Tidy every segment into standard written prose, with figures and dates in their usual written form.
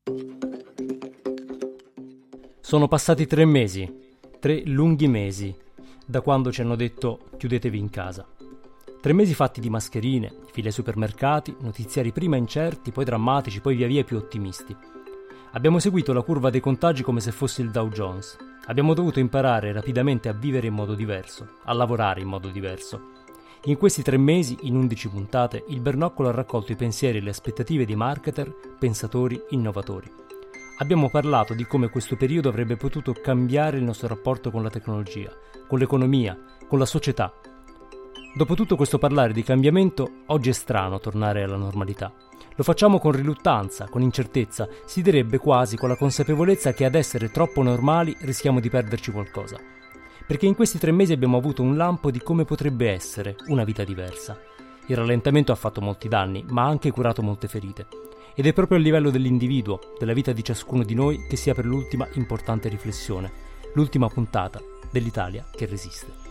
Sono passati 3 mesi, 3 lunghi mesi, da quando ci hanno detto chiudetevi in casa. 3 mesi fatti di mascherine, file ai supermercati, notiziari prima incerti, poi drammatici, poi via via più ottimisti. Abbiamo seguito la curva dei contagi come se fosse il Dow Jones. Abbiamo dovuto imparare rapidamente a vivere in modo diverso, a lavorare in modo diverso. In questi 3 mesi, in 11 puntate, il Bernoccolo ha raccolto i pensieri e le aspettative di marketer, pensatori, innovatori. Abbiamo parlato di come questo periodo avrebbe potuto cambiare il nostro rapporto con la tecnologia, con l'economia, con la società. Dopo tutto questo parlare di cambiamento, oggi è strano tornare alla normalità. Lo facciamo con riluttanza, con incertezza, si direbbe quasi con la consapevolezza che ad essere troppo normali rischiamo di perderci qualcosa. Perché in questi 3 mesi abbiamo avuto un lampo di come potrebbe essere una vita diversa. Il rallentamento ha fatto molti danni, ma ha anche curato molte ferite. Ed è proprio a livello dell'individuo, della vita di ciascuno di noi, che si apre l'ultima importante riflessione, l'ultima puntata dell'Italia che resiste.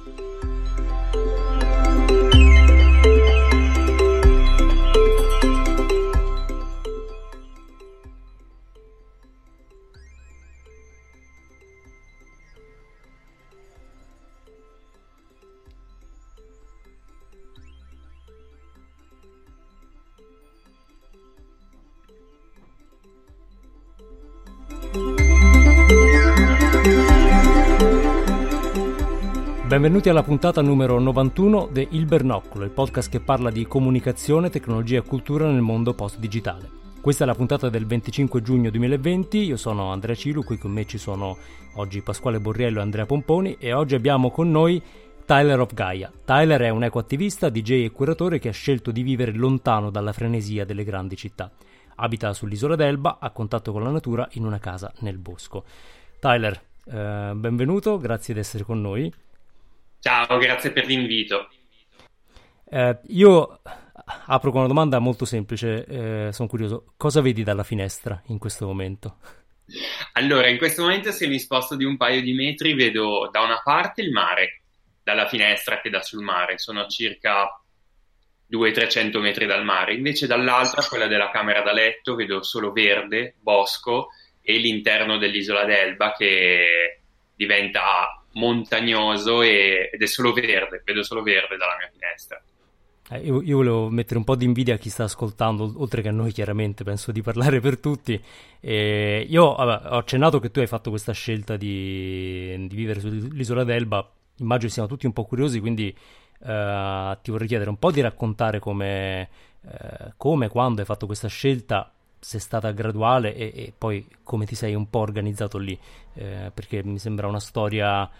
Benvenuti alla puntata numero 91 di Il Bernoccolo, il podcast che parla di comunicazione, tecnologia e cultura nel mondo post-digitale. Questa è la puntata del 25 giugno 2020, io sono Andrea Cilu, qui con me ci sono oggi Pasquale Borriello e Andrea Pomponi e oggi abbiamo con noi Tyler of Gaia. Tyler è un ecoattivista, DJ e curatore che ha scelto di vivere lontano dalla frenesia delle grandi città. Abita sull'isola d'Elba, a contatto con la natura, in una casa nel bosco. Tyler, benvenuto, grazie di essere con noi. Ciao, grazie per l'invito. Io apro con una domanda molto semplice, sono curioso, cosa vedi dalla finestra in questo momento? Allora, in questo momento se mi sposto di un paio di metri vedo da una parte il mare, dalla finestra che dà sul mare, sono circa 200-300 metri dal mare, invece dall'altra, quella della camera da letto, vedo solo verde, bosco e l'interno dell'isola d'Elba che diventa montagnoso ed è solo verde, vedo solo verde dalla mia finestra. Io volevo mettere un po' di invidia a chi sta ascoltando, oltre che a noi chiaramente, penso di parlare per tutti. Io ho accennato che tu hai fatto questa scelta di vivere sull'isola d'Elba, immagino siamo tutti un po' curiosi, quindi ti vorrei chiedere un po' di raccontare come, quando hai fatto questa scelta, se è stata graduale e poi come ti sei un po' organizzato lì, perché mi sembra una storia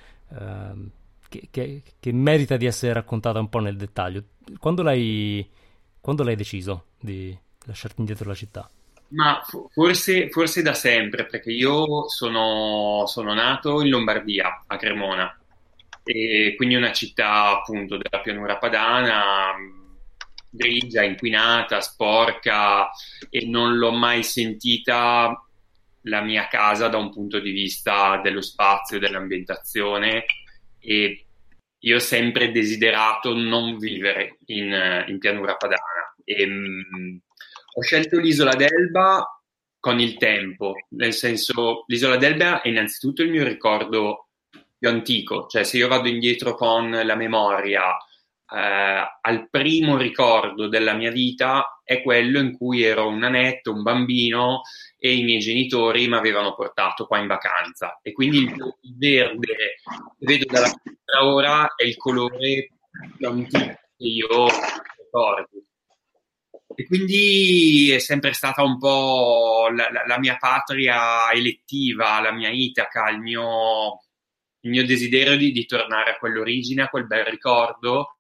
che merita di essere raccontata un po' nel dettaglio. Quando l'hai deciso di lasciarti indietro la città? Ma forse da sempre, perché io sono nato in Lombardia, a Cremona, e quindi una città appunto della pianura padana, grigia, inquinata, sporca, e non l'ho mai sentita la mia casa da un punto di vista dello spazio, dell'ambientazione, e io ho sempre desiderato non vivere in pianura padana. Ho scelto l'isola d'Elba con il tempo, nel senso, l'isola d'Elba è innanzitutto il mio ricordo più antico, cioè se io vado indietro con la memoria al primo ricordo della mia vita è quello in cui ero un nanetto, un bambino e i miei genitori mi avevano portato qua in vacanza, e quindi il verde che vedo dalla finestra ora è il colore più antico che io ricordo, e quindi è sempre stata un po' la mia patria elettiva, la mia Itaca, il mio desiderio di tornare a quell'origine, a quel bel ricordo,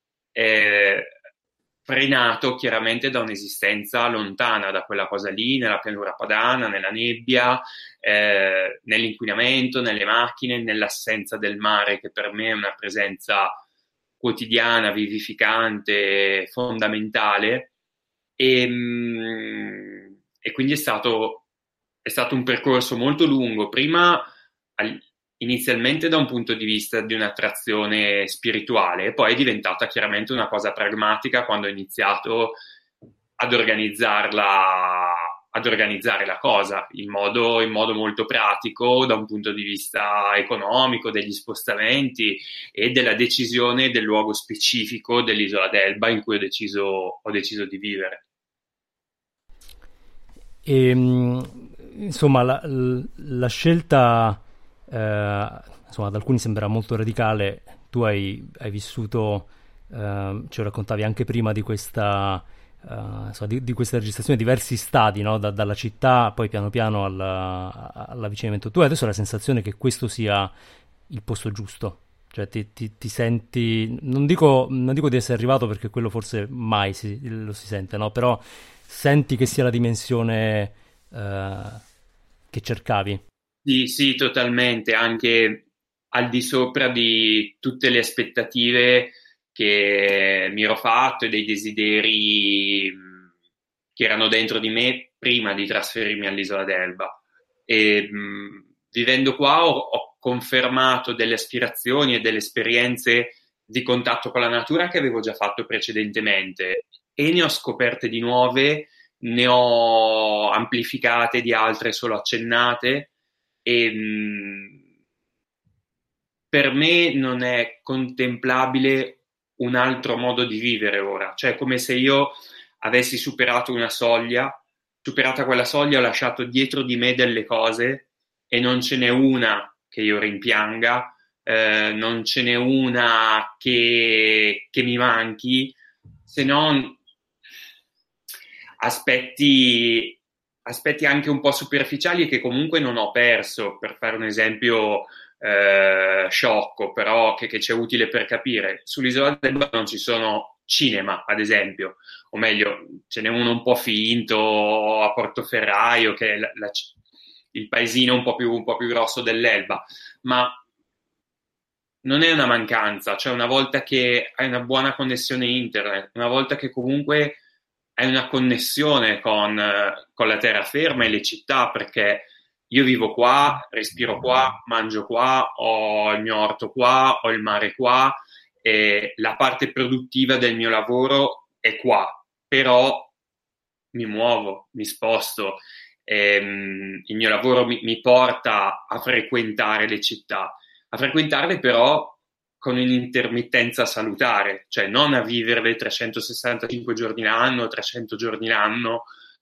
frenato chiaramente da un'esistenza lontana da quella cosa lì, nella pianura padana, nella nebbia, nell'inquinamento, nelle macchine, nell'assenza del mare, che per me è una presenza quotidiana, vivificante, fondamentale, e quindi è stato un percorso molto lungo, prima inizialmente da un punto di vista di un'attrazione spirituale, e poi è diventata chiaramente una cosa pragmatica quando ho iniziato ad organizzarla ad organizzare la cosa in modo molto pratico da un punto di vista economico, degli spostamenti e della decisione del luogo specifico dell'isola d'Elba in cui ho deciso di vivere. E, insomma, la scelta, insomma, ad alcuni sembra molto radicale. Tu hai vissuto, ce lo raccontavi anche prima di questa, insomma, di questa registrazione, diversi stadi, no? Dalla città, poi piano piano all'avvicinamento. Tu hai adesso la sensazione che questo sia il posto giusto? Cioè ti senti, non dico di essere arrivato perché quello forse mai lo si sente, no? Però senti che sia la dimensione che cercavi? Sì, sì, totalmente, anche al di sopra di tutte le aspettative che mi ero fatto e dei desideri che erano dentro di me prima di trasferirmi all'isola d'Elba. E vivendo qua ho confermato delle aspirazioni e delle esperienze di contatto con la natura che avevo già fatto precedentemente e ne ho scoperte di nuove, ne ho amplificate di altre solo accennate e per me non è contemplabile un altro modo di vivere ora, cioè come se io avessi superato una soglia, superata quella soglia ho lasciato dietro di me delle cose e non ce n'è una che io rimpianga, non ce n'è una che mi manchi, se non aspetti anche un po' superficiali e che comunque non ho perso, per fare un esempio sciocco, però che c'è utile per capire. Sull'isola d'Elba non ci sono cinema, ad esempio, o meglio, ce n'è uno un po' finto a Portoferraio, che è il paesino un po' più grosso dell'Elba, ma non è una mancanza, cioè una volta che hai una buona connessione internet, una volta che comunque hai una connessione con la terraferma e le città, perché io vivo qua, respiro qua, mangio qua, ho il mio orto qua, ho il mare qua, e la parte produttiva del mio lavoro è qua, però mi muovo, mi sposto, il mio lavoro mi porta a frequentare le città, a frequentarle però con un'intermittenza salutare, cioè non a viverle 365 giorni l'anno, 300 giorni l'anno,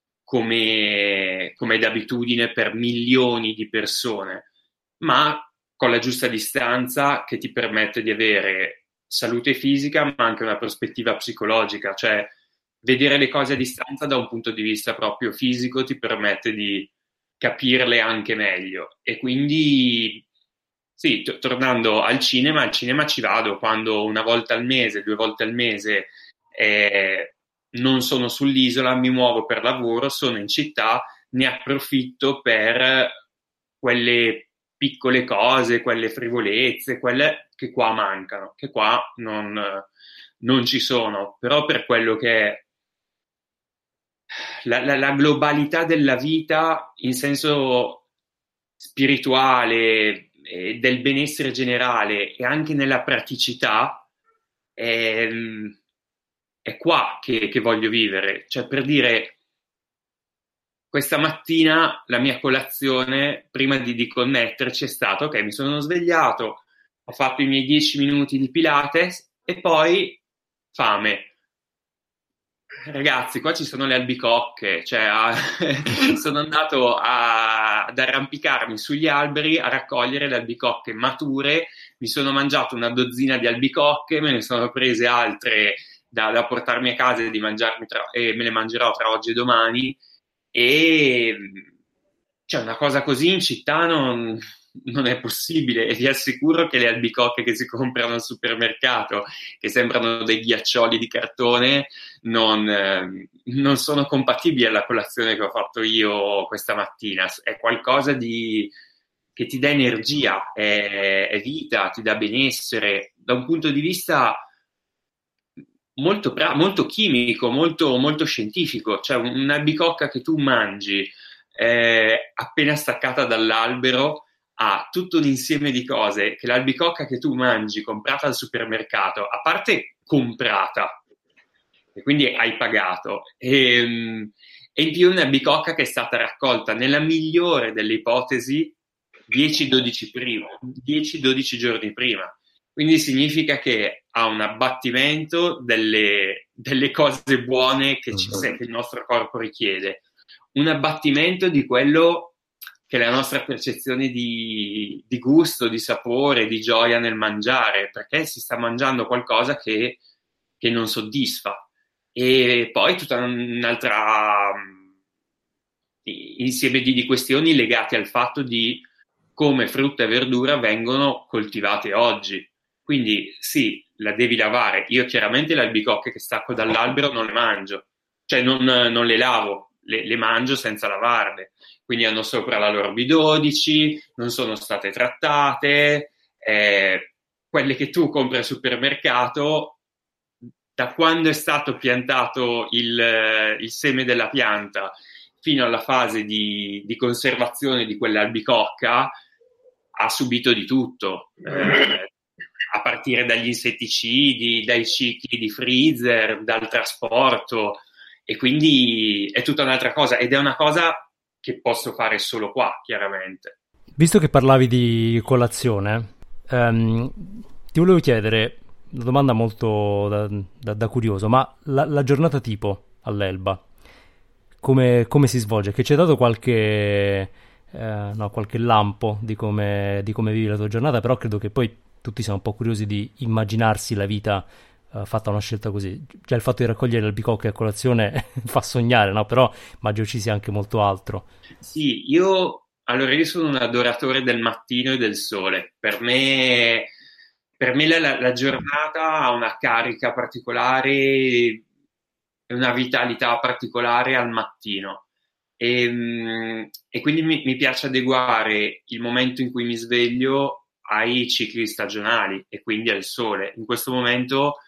come d'abitudine per milioni di persone, ma con la giusta distanza che ti permette di avere salute fisica, ma anche una prospettiva psicologica, cioè vedere le cose a distanza da un punto di vista proprio fisico ti permette di capirle anche meglio. E quindi sì, tornando al cinema ci vado quando una volta al mese, 2 volte al mese non sono sull'isola, mi muovo per lavoro, sono in città, ne approfitto per quelle piccole cose, quelle frivolezze, quelle che qua mancano, che qua non ci sono, però per quello che è la globalità della vita in senso spirituale e del benessere generale e anche nella praticità è qua che voglio vivere. Cioè, per dire, questa mattina la mia colazione, prima di connetterci, è stata: ok, mi sono svegliato, ho fatto i miei 10 minuti di Pilates e poi fame. Ragazzi, qua ci sono le albicocche, cioè sono andato ad arrampicarmi sugli alberi a raccogliere le albicocche mature, mi sono mangiato una dozzina di albicocche, me ne sono prese altre da portarmi a casa e e me le mangerò tra oggi e domani, e cioè una cosa così in città non è possibile, e vi assicuro che le albicocche che si comprano al supermercato, che sembrano dei ghiaccioli di cartone, non sono compatibili alla colazione che ho fatto io questa mattina. È qualcosa che ti dà energia, è vita, ti dà benessere, da un punto di vista molto chimico, molto scientifico. Cioè un'albicocca che tu mangi appena staccata dall'albero ha tutto un insieme di cose che l'albicocca che tu mangi comprata al supermercato, a parte comprata, e quindi hai pagato, e e in più un'albicocca che è stata raccolta nella migliore delle ipotesi 10-12 giorni prima. Quindi significa che ha un abbattimento delle cose buone che il nostro corpo richiede, un abbattimento di quello che è la nostra percezione di gusto, di sapore, di gioia nel mangiare, perché si sta mangiando qualcosa che non soddisfa. E poi tutta un'altra insieme di questioni legate al fatto di come frutta e verdura vengono coltivate oggi. Quindi sì, la devi lavare. Io chiaramente le albicocche che stacco dall'albero non le mangio, cioè non le lavo, le mangio senza lavarle. Quindi hanno sopra la loro B12, non sono state trattate, quelle che tu compri al supermercato, da quando è stato piantato il seme della pianta fino alla fase di conservazione di quell'albicocca, ha subito di tutto, a partire dagli insetticidi, dai cicli di freezer, dal trasporto, e quindi è tutta un'altra cosa, ed è una cosa che posso fare solo qua, chiaramente. Visto che parlavi di colazione, ti volevo chiedere una domanda molto da curioso, ma la giornata tipo all'Elba, come si svolge? Che ci hai dato qualche, qualche lampo di come vivi la tua giornata, però credo che poi tutti siamo un po' curiosi di immaginarsi la vita fatta una scelta così. Già il fatto di raccogliere le albicocche a colazione fa sognare, no? Però immagino ci sia anche molto altro. Sì, io sono un adoratore del mattino e del sole. Per me la giornata ha una carica particolare e una vitalità particolare al mattino. E quindi mi piace adeguare il momento in cui mi sveglio ai cicli stagionali e quindi al sole. In questo momento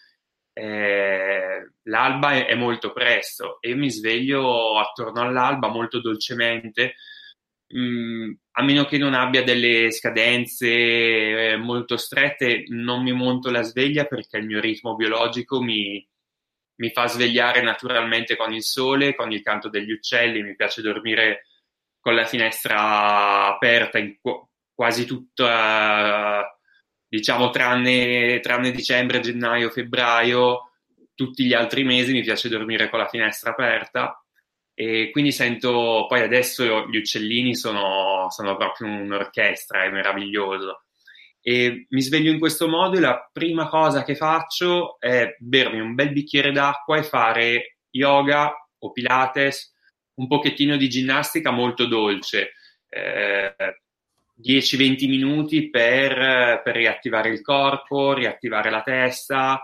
l'alba è molto presto e io mi sveglio attorno all'alba molto dolcemente, a meno che non abbia delle scadenze molto strette, non mi monto la sveglia perché il mio ritmo biologico mi fa svegliare naturalmente con il sole, con il canto degli uccelli. Mi piace dormire con la finestra aperta in quasi tutta, diciamo, tranne dicembre, gennaio, febbraio. Tutti gli altri mesi mi piace dormire con la finestra aperta, e quindi sento, poi adesso gli uccellini sono proprio un'orchestra, è meraviglioso. E mi sveglio in questo modo e la prima cosa che faccio è bermi un bel bicchiere d'acqua e fare yoga o pilates, un pochettino di ginnastica molto dolce, 10-20 minuti per riattivare il corpo, riattivare la testa.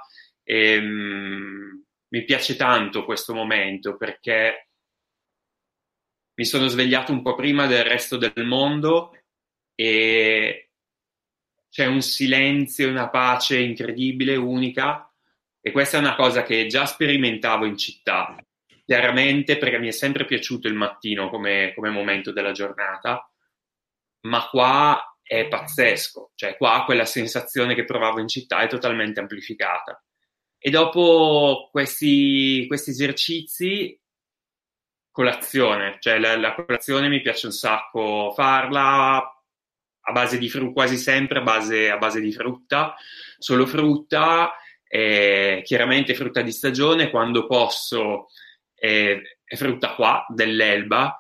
Mi piace tanto questo momento perché mi sono svegliato un po' prima del resto del mondo e c'è un silenzio e una pace incredibile, unica, e questa è una cosa che già sperimentavo in città, chiaramente perché mi è sempre piaciuto il mattino come momento della giornata, ma qua è pazzesco, cioè qua quella sensazione che provavo in città è totalmente amplificata. E dopo questi esercizi, colazione, cioè la colazione mi piace un sacco farla a base di frutta, quasi sempre a base di frutta, solo frutta, chiaramente frutta di stagione, quando posso è frutta qua dell'Elba,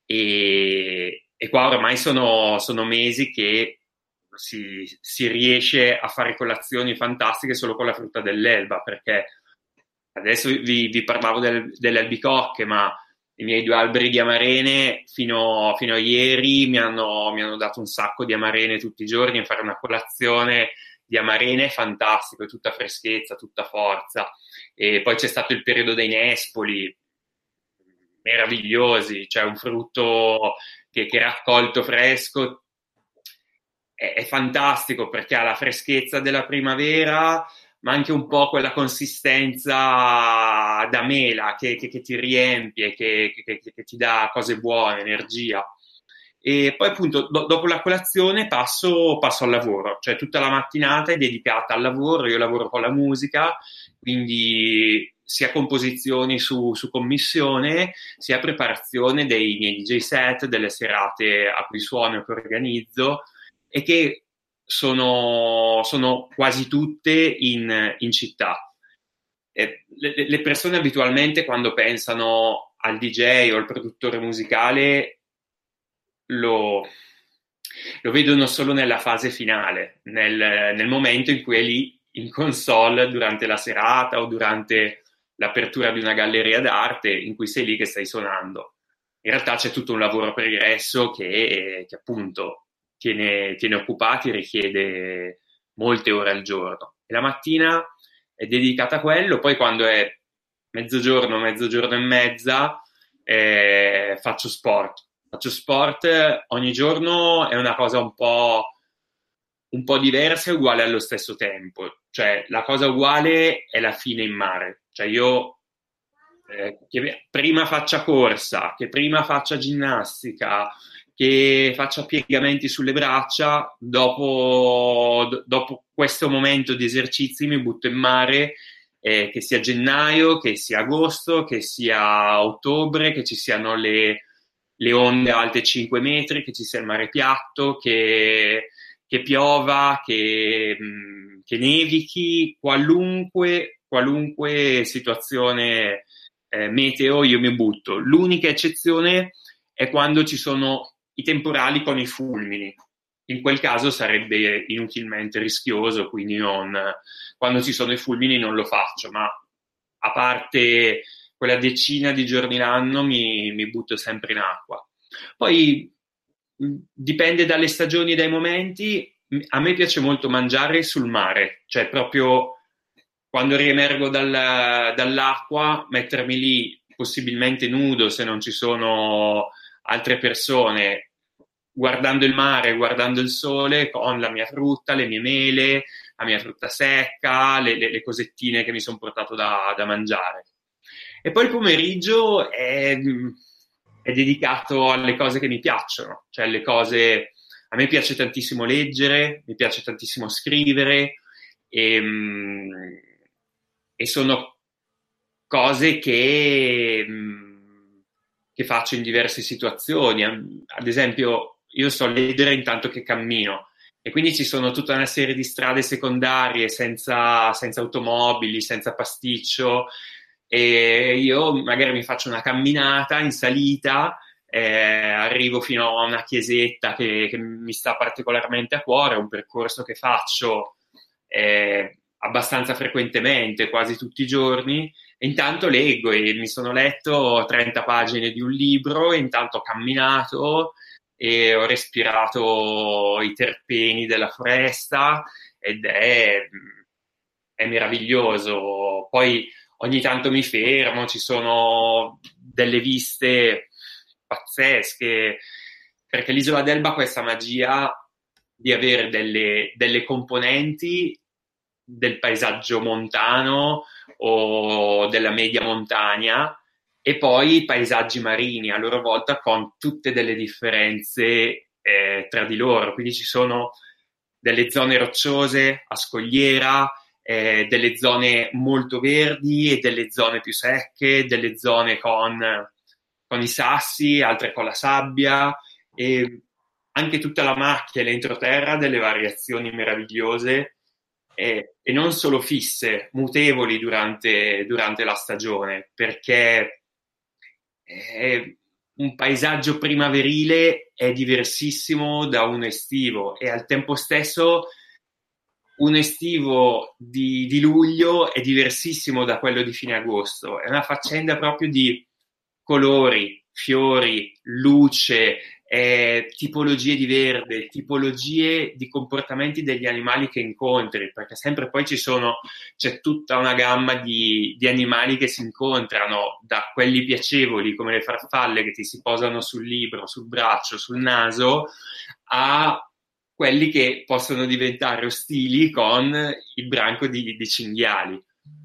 e qua ormai sono mesi che si riesce a fare colazioni fantastiche solo con la frutta dell'Elba, perché adesso vi parlavo delle albicocche, ma i miei 2 alberi di amarene fino a ieri mi hanno dato un sacco di amarene tutti i giorni, e fare una colazione di amarene è fantastico, è tutta freschezza, tutta forza. E poi c'è stato il periodo dei nespoli, meravigliosi, cioè un frutto che raccolto fresco è fantastico perché ha la freschezza della primavera, ma anche un po' quella consistenza da mela che ti riempie, che ti dà cose buone, energia. E poi appunto dopo la colazione passo al lavoro, cioè tutta la mattinata è dedicata al lavoro. Io lavoro con la musica, quindi sia composizioni su commissione, sia preparazione dei miei DJ set, delle serate a cui suono e che organizzo, e che sono quasi tutte in città. Le persone abitualmente, quando pensano al DJ o al produttore musicale, lo vedono solo nella fase finale, nel momento in cui è lì in console durante la serata o durante l'apertura di una galleria d'arte in cui sei lì che stai suonando. In realtà c'è tutto un lavoro pregresso che appunto tiene occupati e richiede molte ore al giorno. E la mattina è dedicata a quello, poi quando è mezzogiorno e mezza, faccio sport. Faccio sport ogni giorno, è una cosa un po' diversa e uguale allo stesso tempo. Cioè, la cosa uguale è la fine in mare. Cioè, io che prima faccia corsa, che prima faccia ginnastica, che faccia piegamenti sulle braccia, dopo questo momento di esercizi mi butto in mare, che sia gennaio, che sia agosto, che sia ottobre, che ci siano le onde alte 5 metri, che ci sia il mare piatto, che piova, che nevichi, qualunque situazione meteo io mi butto. L'unica eccezione è quando ci sono i temporali con i fulmini. In quel caso sarebbe inutilmente rischioso, quindi quando ci sono i fulmini non lo faccio, ma a parte quella decina di giorni l'anno mi butto sempre in acqua. Poi dipende dalle stagioni e dai momenti. A me piace molto mangiare sul mare, cioè proprio quando riemergo dall'acqua, mettermi lì possibilmente nudo se non ci sono altre persone, guardando il mare, guardando il sole, con la mia frutta, le mie mele, la mia frutta secca, le cosettine che mi sono portato da mangiare. E poi il pomeriggio è dedicato alle cose che mi piacciono, cioè le cose. A me piace tantissimo leggere, mi piace tantissimo scrivere, e sono cose che faccio in diverse situazioni. Ad esempio, io so leggere intanto che cammino, e quindi ci sono tutta una serie di strade secondarie senza automobili, senza pasticcio, e io magari mi faccio una camminata in salita, arrivo fino a una chiesetta che mi sta particolarmente a cuore, un percorso che faccio abbastanza frequentemente, quasi tutti i giorni, e intanto leggo, e mi sono letto 30 pagine di un libro, e intanto ho camminato e ho respirato i terpeni della foresta, ed è meraviglioso. Poi ogni tanto mi fermo, ci sono delle viste pazzesche, perché l'isola d'Elba ha questa magia di avere delle componenti del paesaggio montano o della media montagna, e poi paesaggi marini a loro volta, con tutte delle differenze tra di loro. Quindi ci sono delle zone rocciose a scogliera, delle zone molto verdi e delle zone più secche, delle zone con i sassi, altre con la sabbia, e anche tutta la macchia e l'entroterra ha delle variazioni meravigliose, e non solo fisse, mutevoli durante la stagione, perché un paesaggio primaverile è diversissimo da uno estivo, e al tempo stesso un estivo di luglio è diversissimo da quello di fine agosto. È una faccenda proprio di colori, fiori, luce, tipologie di verde, tipologie di comportamenti degli animali che incontri, perché sempre poi c'è tutta una gamma di animali che si incontrano, da quelli piacevoli come le farfalle che ti si posano sul libro, sul braccio, sul naso, a quelli che possono diventare ostili con il branco di cinghiali.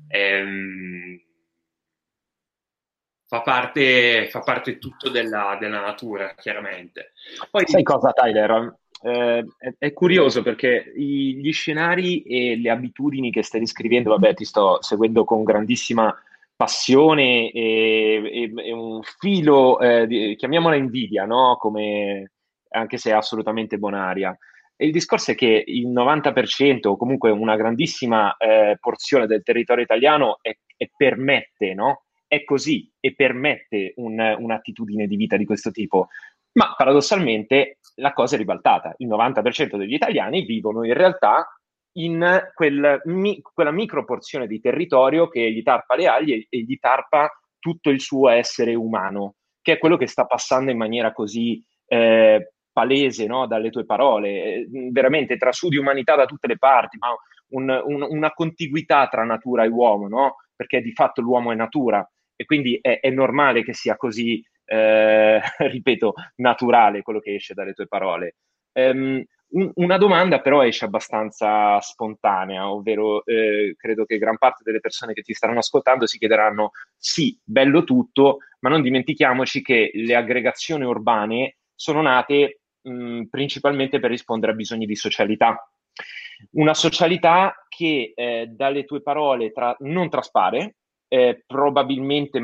Fa parte tutto della natura, chiaramente. Poi, sai cosa, Tyler? È curioso perché gli scenari e le abitudini che stai descrivendo, vabbè, ti sto seguendo con grandissima passione e un filo, chiamiamola invidia, no? Come, anche se è assolutamente bonaria. E il discorso è che il 90% o comunque una grandissima porzione del territorio italiano permette, no? È così e permette un'attitudine di vita di questo tipo. Ma paradossalmente la cosa è ribaltata. Il 90% degli italiani vivono in realtà in quella micro porzione di territorio che gli tarpa le ali e gli tarpa tutto il suo essere umano, che è quello che sta passando in maniera così palese, no? Dalle tue parole. Veramente trasudi umanità da tutte le parti, ma una contiguità tra natura e uomo, no? Perché di fatto l'uomo è natura e quindi è normale che sia così, ripeto, naturale quello che esce dalle tue parole. Una domanda però esce abbastanza spontanea, ovvero credo che gran parte delle persone che ti staranno ascoltando si chiederanno: sì, bello tutto, ma non dimentichiamoci che le aggregazioni urbane sono nate principalmente per rispondere a bisogni di socialità. Una socialità che dalle tue parole non traspare, probabilmente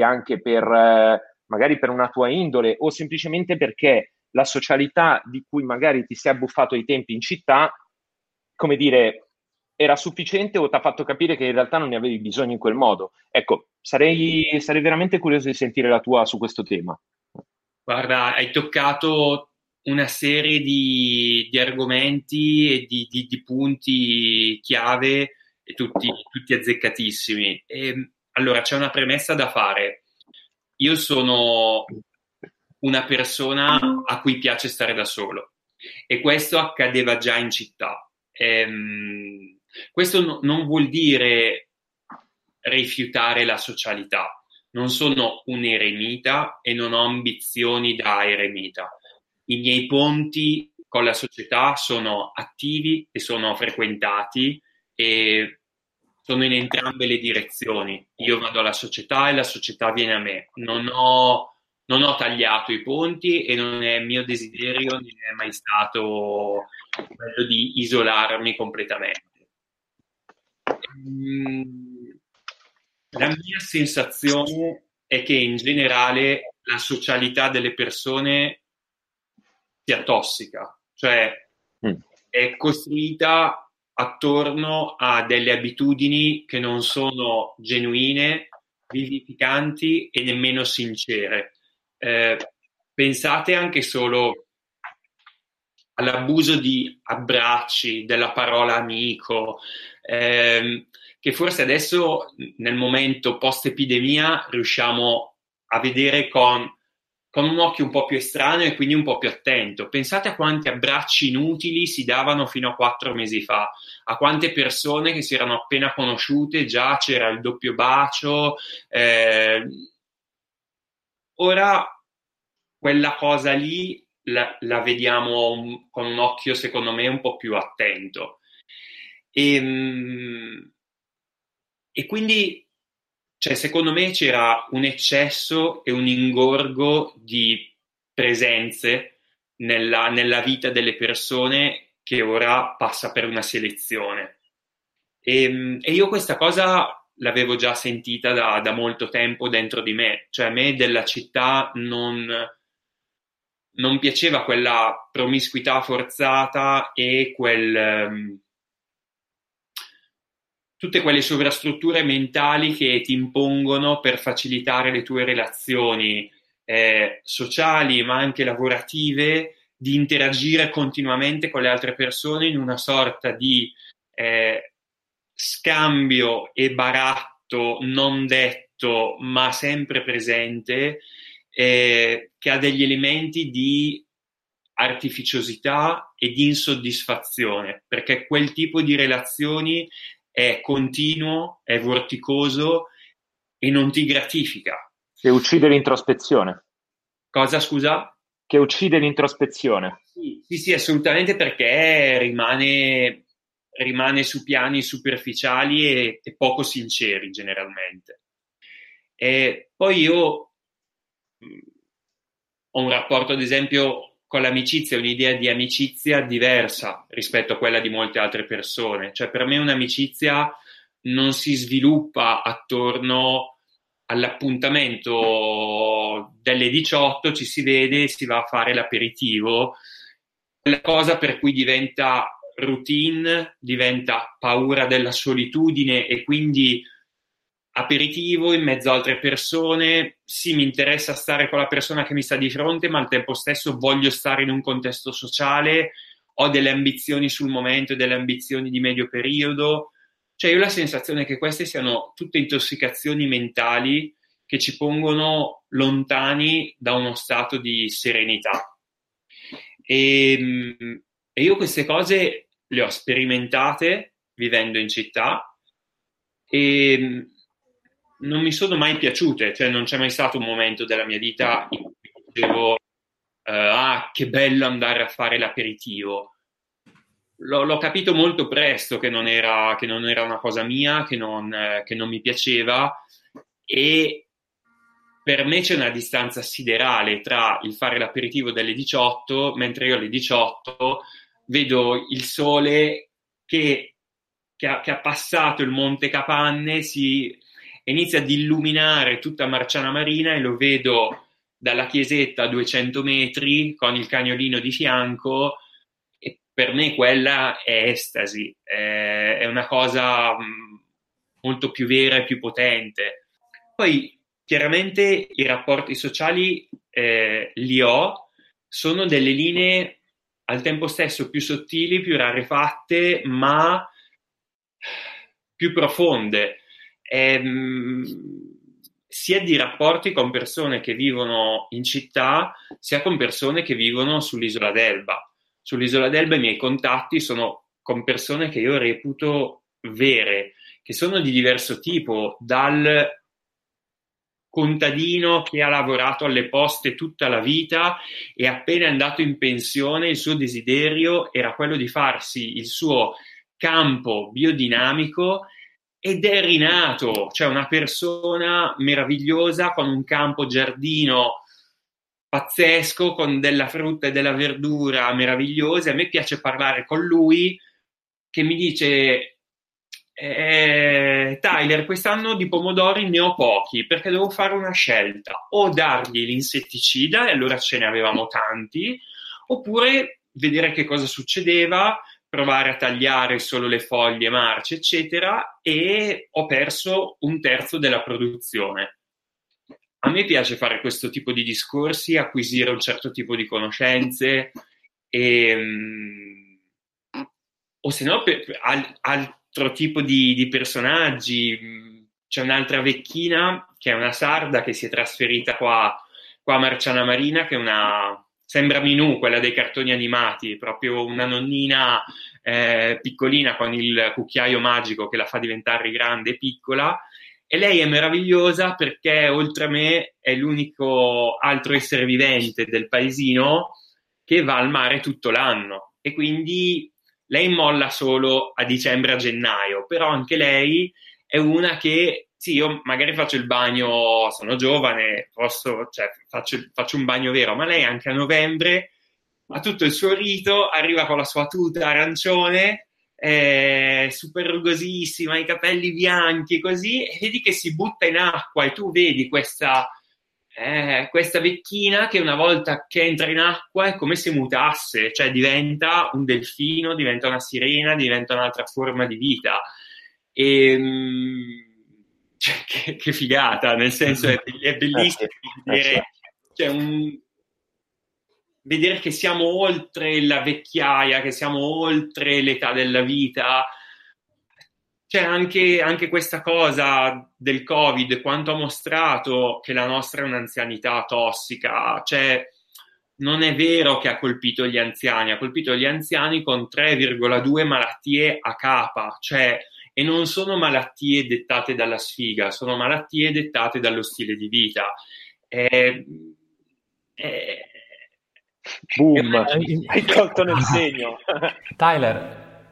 magari per una tua indole o semplicemente perché la socialità di cui magari ti sei abbuffato ai tempi in città, come dire, era sufficiente o ti ha fatto capire che in realtà non ne avevi bisogno in quel modo. Ecco, sarei veramente curioso di sentire la tua su questo tema. Guarda, hai toccato una serie di argomenti e di punti chiave, e tutti azzeccatissimi. Allora, c'è una premessa da fare. Io sono una persona a cui piace stare da solo e questo accadeva già in città. Questo non vuol dire rifiutare la socialità. Non sono un eremita e non ho ambizioni da eremita. I miei ponti con la società sono attivi e sono frequentati e sono in entrambe le direzioni. Io vado alla società e la società viene a me. Non ho tagliato i ponti e non è mio desiderio, né è mai stato quello di isolarmi completamente. La mia sensazione è che in generale la socialità delle persone sia tossica, cioè è costruita attorno a delle abitudini che non sono genuine, vivificanti e nemmeno sincere. Pensate anche solo all'abuso di abbracci, della parola amico, che forse adesso nel momento post-epidemia riusciamo a vedere con un occhio un po' più estraneo e quindi un po' più attento. Pensate a quanti abbracci inutili si davano fino a 4 mesi fa, a quante persone che si erano appena conosciute già c'era il doppio bacio. Ora quella cosa lì la vediamo con un occhio, secondo me, un po' più attento. E quindi, cioè, secondo me c'era un eccesso e un ingorgo di presenze nella vita delle persone che ora passa per una selezione. E io questa cosa l'avevo già sentita da molto tempo dentro di me, cioè a me della città non piaceva quella promiscuità forzata e tutte quelle sovrastrutture mentali che ti impongono per facilitare le tue relazioni sociali ma anche lavorative, di interagire continuamente con le altre persone in una sorta di scambio e baratto non detto ma sempre presente, che ha degli elementi di artificiosità e di insoddisfazione, perché quel tipo di relazioni è continuo, è vorticoso e non ti gratifica. Che uccide l'introspezione. Cosa, scusa? Che uccide l'introspezione. Sì, assolutamente, perché rimane su piani superficiali e poco sinceri generalmente. E poi io ho un rapporto, ad esempio, con l'amicizia, un'idea di amicizia diversa rispetto a quella di molte altre persone. Cioè, per me un'amicizia non si sviluppa attorno all'appuntamento delle 18 ci si vede, si va a fare l'aperitivo, la cosa per cui diventa routine, diventa paura della solitudine e quindi aperitivo in mezzo a altre persone, sì, mi interessa stare con la persona che mi sta di fronte, ma al tempo stesso voglio stare in un contesto sociale, ho delle ambizioni sul momento e delle ambizioni di medio periodo. Cioè, io ho la sensazione che queste siano tutte intossicazioni mentali che ci pongono lontani da uno stato di serenità. E io queste cose le ho sperimentate vivendo in città e non mi sono mai piaciute, cioè non c'è mai stato un momento della mia vita in cui dicevo che bello andare a fare l'aperitivo. L'ho capito molto presto che non era una cosa mia, che non mi piaceva, e per me c'è una distanza siderale tra il fare l'aperitivo delle 18, mentre io alle 18 vedo il sole che ha passato il Monte Capanne, inizia ad illuminare tutta Marciana Marina e lo vedo dalla chiesetta a 200 metri con il cagnolino di fianco. E per me quella è estasi, è una cosa molto più vera e più potente. Poi chiaramente i rapporti sociali li ho, sono delle linee al tempo stesso più sottili, più rarefatte, ma più profonde. Sia di rapporti con persone che vivono in città, sia con persone che vivono sull'isola d'Elba. Sull'isola d'Elba i miei contatti sono con persone che io reputo vere, che sono di diverso tipo, dal contadino che ha lavorato alle poste tutta la vita e appena è andato in pensione il suo desiderio era quello di farsi il suo campo biodinamico ed è rinato, cioè una persona meravigliosa con un campo giardino pazzesco, con della frutta e della verdura meravigliose. A me piace parlare con lui che mi dice Tyler, quest'anno di pomodori ne ho pochi perché devo fare una scelta, o dargli l'insetticida e allora ce ne avevamo tanti, oppure vedere che cosa succedeva, provare a tagliare solo le foglie marce eccetera, e ho perso un terzo della produzione. A me piace fare questo tipo di discorsi, acquisire un certo tipo di conoscenze o se no altro tipo di personaggi. C'è un'altra vecchina che è una sarda che si è trasferita qua a Marciana Marina, che è sembra Minù, quella dei cartoni animati, proprio una nonnina piccolina con il cucchiaio magico che la fa diventare grande e piccola. E lei è meravigliosa perché oltre a me è l'unico altro essere vivente del paesino che va al mare tutto l'anno, e quindi lei molla solo a dicembre, a gennaio, però anche lei è una che, sì, io magari faccio il bagno, sono giovane, faccio un bagno vero, ma lei anche a novembre ha tutto il suo rito, arriva con la sua tuta arancione, super rugosissima, i capelli bianchi, così, e vedi che si butta in acqua e tu vedi questa vecchina che una volta che entra in acqua è come se mutasse, cioè diventa un delfino, diventa una sirena, diventa un'altra forma di vita. Cioè, che figata, nel senso è bellissimo vedere che siamo oltre la vecchiaia, che siamo oltre l'età della vita. C'è anche questa cosa del Covid, quanto ha mostrato che la nostra è un'anzianità tossica. Cioè, non è vero che ha colpito gli anziani, ha colpito gli anziani con 3,2 malattie a capa, cioè, e non sono malattie dettate dalla sfiga, sono malattie dettate dallo stile di vita. Boom, hai colto nel segno. Tyler,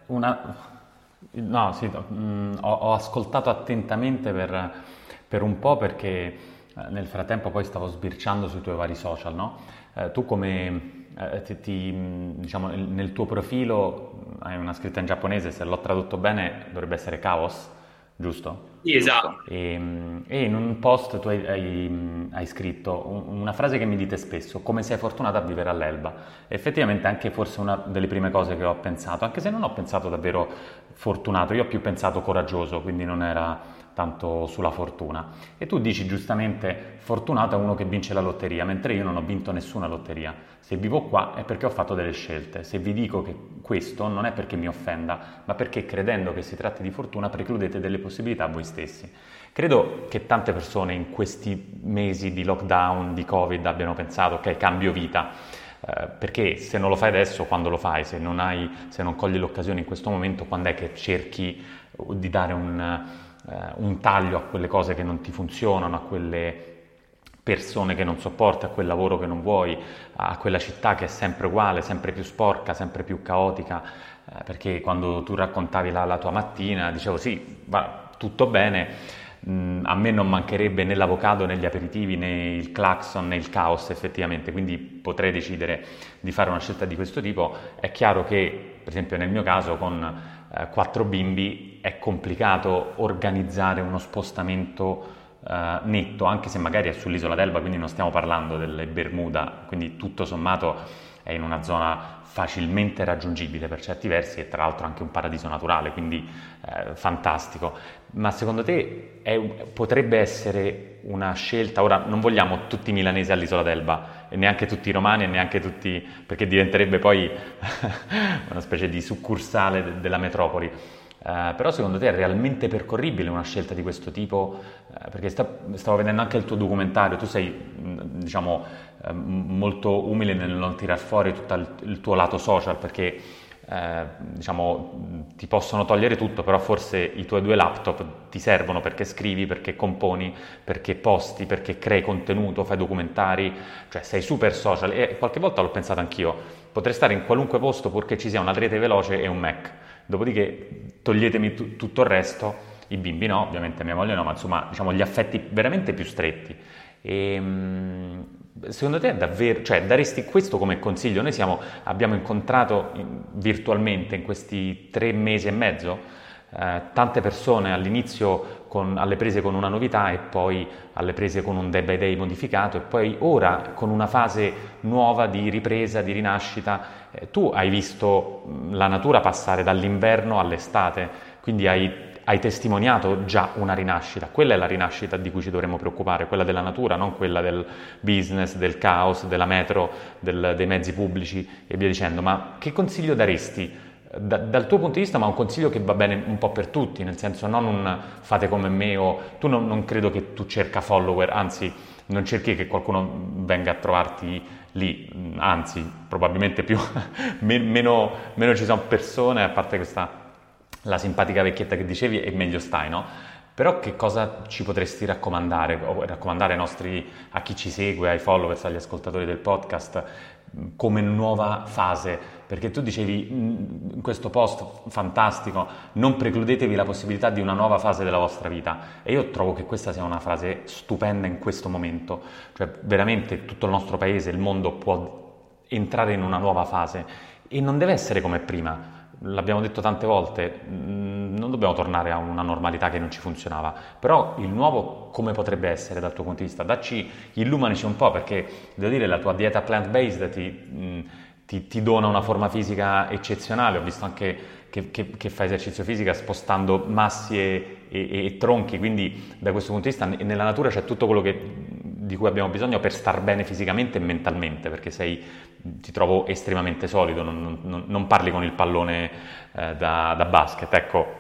ho ascoltato attentamente per un po', perché nel frattempo poi stavo sbirciando sui tuoi vari social, no? Tu come, diciamo, nel tuo profilo hai una scritta in giapponese, se l'ho tradotto bene dovrebbe essere Chaos, giusto? Sì, esatto. E in un post tu hai scritto una frase che mi dite spesso: come sei fortunata a vivere all'Elba. Effettivamente anche forse una delle prime cose che ho pensato, anche se non ho pensato davvero fortunato, io ho più pensato coraggioso, quindi non era tanto sulla fortuna. E tu dici giustamente: fortunato è uno che vince la lotteria, mentre io non ho vinto nessuna lotteria. Se vivo qua è perché ho fatto delle scelte. Se vi dico che questo non è perché mi offenda, ma perché credendo che si tratti di fortuna precludete delle possibilità a voi stessi. Credo che tante persone in questi mesi di lockdown, di Covid, abbiano pensato: ok, cambio vita. Perché se non lo fai adesso, quando lo fai? Se non cogli l'occasione in questo momento, quando è che cerchi di dare un taglio a quelle cose che non ti funzionano, a quelle persone che non sopporti, a quel lavoro che non vuoi, a quella città che è sempre uguale, sempre più sporca, sempre più caotica, perché quando tu raccontavi la tua mattina dicevo sì, va tutto bene, a me non mancherebbe né l'avocado né gli aperitivi né il clacson né il caos effettivamente, quindi potrei decidere di fare una scelta di questo tipo. È chiaro che per esempio nel mio caso con 4 bimbi è complicato organizzare uno spostamento netto, anche se magari è sull'isola d'Elba, quindi non stiamo parlando delle Bermuda, quindi tutto sommato è in una zona facilmente raggiungibile per certi versi e tra l'altro anche un paradiso naturale, quindi fantastico. Ma secondo te potrebbe essere una scelta? Ora non vogliamo tutti i milanesi all'isola d'Elba, e neanche tutti i romani e neanche tutti, perché diventerebbe poi una specie di succursale della metropoli. Però secondo te è realmente percorribile una scelta di questo tipo? Perché stavo vedendo anche il tuo documentario, tu sei diciamo molto umile nel non tirar fuori tutto il tuo lato social, perché diciamo ti possono togliere tutto, però forse i tuoi 2 laptop ti servono perché scrivi, perché componi, perché posti, perché crei contenuto, fai documentari, cioè sei super social. E qualche volta l'ho pensato anch'io, potrei stare in qualunque posto purché ci sia una rete veloce e un Mac. Dopodiché toglietemi tutto il resto, i bimbi no, ovviamente mia moglie no, ma insomma diciamo gli affetti veramente più stretti. E, secondo te è davvero, cioè daresti questo come consiglio? Noi abbiamo incontrato virtualmente in questi 3 mesi e mezzo tante persone all'inizio alle prese con una novità e poi alle prese con un day by day modificato e poi ora con una fase nuova di ripresa, di rinascita. Tu hai visto la natura passare dall'inverno all'estate, quindi hai testimoniato già una rinascita. Quella è la rinascita di cui ci dovremmo preoccupare, quella della natura, non quella del business, del caos, della metro, dei mezzi pubblici e via dicendo. Ma che consiglio daresti dal tuo punto di vista, ma un consiglio che va bene un po' per tutti, nel senso non un fate come me o tu non credo che tu cerca follower, anzi non cerchi che qualcuno venga a trovarti lì, anzi probabilmente più meno ci sono persone, a parte la simpatica vecchietta che dicevi, e meglio stai, no? Però che cosa ci potresti raccomandare a chi ci segue, ai followers, agli ascoltatori del podcast, come nuova fase? Perché tu dicevi in questo post fantastico, non precludetevi la possibilità di una nuova fase della vostra vita, e io trovo che questa sia una frase stupenda in questo momento, cioè veramente tutto il nostro paese, il mondo può entrare in una nuova fase e non deve essere come prima. L'abbiamo detto tante volte, non dobbiamo tornare a una normalità che non ci funzionava, però il nuovo come potrebbe essere dal tuo punto di vista? Illumanici un po', perché devo dire la tua dieta plant-based ti dona una forma fisica eccezionale. Ho visto anche che fai esercizio fisica spostando massi e tronchi, quindi da questo punto di vista nella natura c'è tutto quello di cui abbiamo bisogno per star bene fisicamente e mentalmente, perché ti trovo estremamente solido, non parli con il pallone da basket, ecco,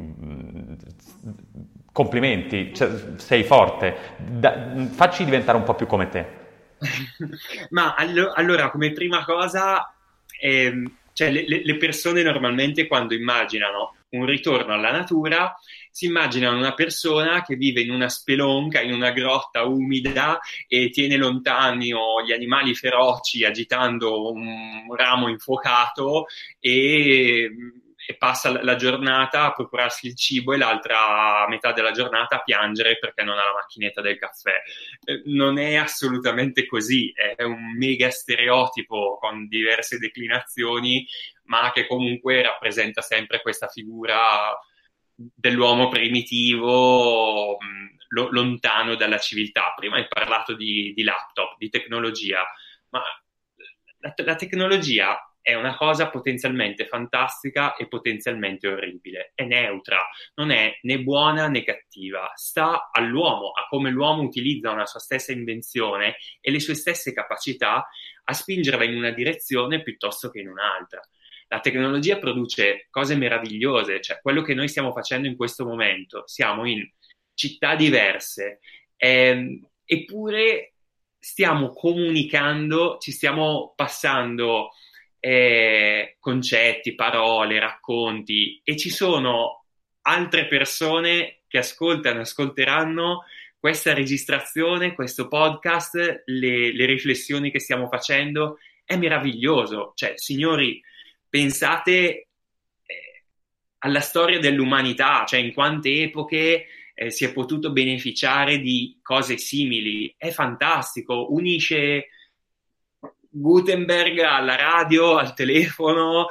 complimenti, cioè, sei forte, facci diventare un po' più come te. Ma allora, come prima cosa, cioè le persone normalmente quando immaginano un ritorno alla natura si immaginano una persona che vive in una spelonca, in una grotta umida e tiene lontano gli animali feroci agitando un ramo infuocato e passa la giornata a procurarsi il cibo e l'altra metà della giornata a piangere perché non ha la macchinetta del caffè. Non è assolutamente così, è un mega stereotipo con diverse declinazioni, ma che comunque rappresenta sempre questa figura dell'uomo primitivo, lontano dalla civiltà. Prima hai parlato di laptop, di tecnologia, ma la tecnologia è una cosa potenzialmente fantastica e potenzialmente orribile. È neutra, non è né buona né cattiva. Sta all'uomo, a come l'uomo utilizza una sua stessa invenzione e le sue stesse capacità a spingerla in una direzione piuttosto che in un'altra. La tecnologia produce cose meravigliose, cioè quello che noi stiamo facendo in questo momento, siamo in città diverse, eppure stiamo comunicando, ci stiamo passando concetti, parole, racconti, e ci sono altre persone che ascolteranno questa registrazione, questo podcast, le riflessioni che stiamo facendo. È meraviglioso. Cioè, signori, pensate alla storia dell'umanità, cioè in quante epoche si è potuto beneficiare di cose simili. È fantastico, unisce Gutenberg alla radio, al telefono,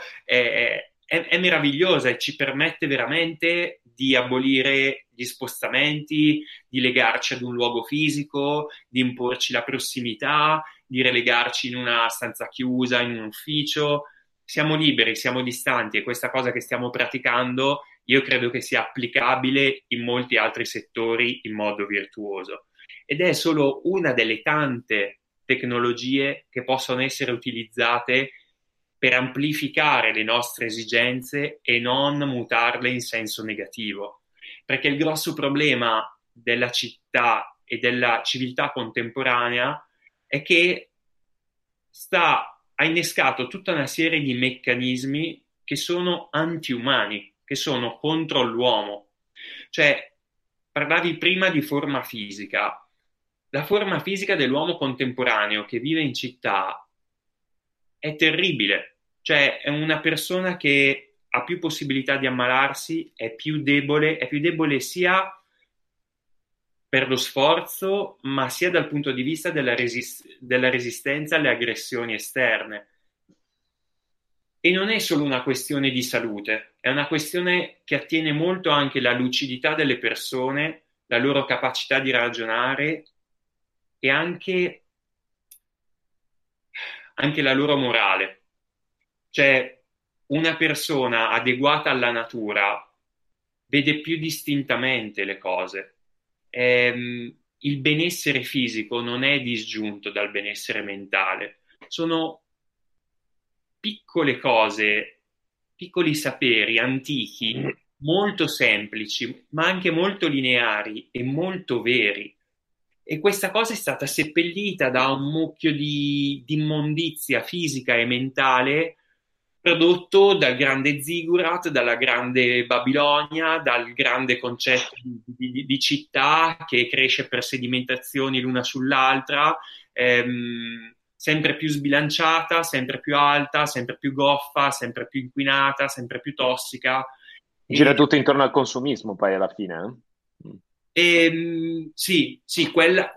è meravigliosa e ci permette veramente di abolire gli spostamenti, di legarci ad un luogo fisico, di imporci la prossimità, di relegarci in una stanza chiusa, in un ufficio. Siamo liberi, siamo distanti, e questa cosa che stiamo praticando io credo che sia applicabile in molti altri settori in modo virtuoso. Ed è solo una delle tante tecnologie che possono essere utilizzate per amplificare le nostre esigenze e non mutarle in senso negativo. Perché il grosso problema della città e della civiltà contemporanea è che ha innescato tutta una serie di meccanismi che sono antiumani, che sono contro l'uomo. Cioè, parlavi prima di forma fisica. La forma fisica dell'uomo contemporaneo che vive in città è terribile. Cioè, è una persona che ha più possibilità di ammalarsi, è più debole sia per lo sforzo, ma sia dal punto di vista della resistenza alle aggressioni esterne. E non è solo una questione di salute, è una questione che attiene molto anche alla lucidità delle persone, la loro capacità di ragionare e anche la loro morale. Cioè, una persona adeguata alla natura vede più distintamente le cose. Il benessere fisico non è disgiunto dal benessere mentale. Sono piccole cose, piccoli saperi antichi, molto semplici, ma anche molto lineari e molto veri. E questa cosa è stata seppellita da un mucchio di immondizia fisica e mentale prodotto dal grande Ziggurat, dalla grande Babilonia, dal grande concetto di città che cresce per sedimentazioni l'una sull'altra, sempre più sbilanciata, sempre più alta, sempre più goffa, sempre più inquinata, sempre più tossica. Gira tutto intorno al consumismo poi alla fine, Sì, quella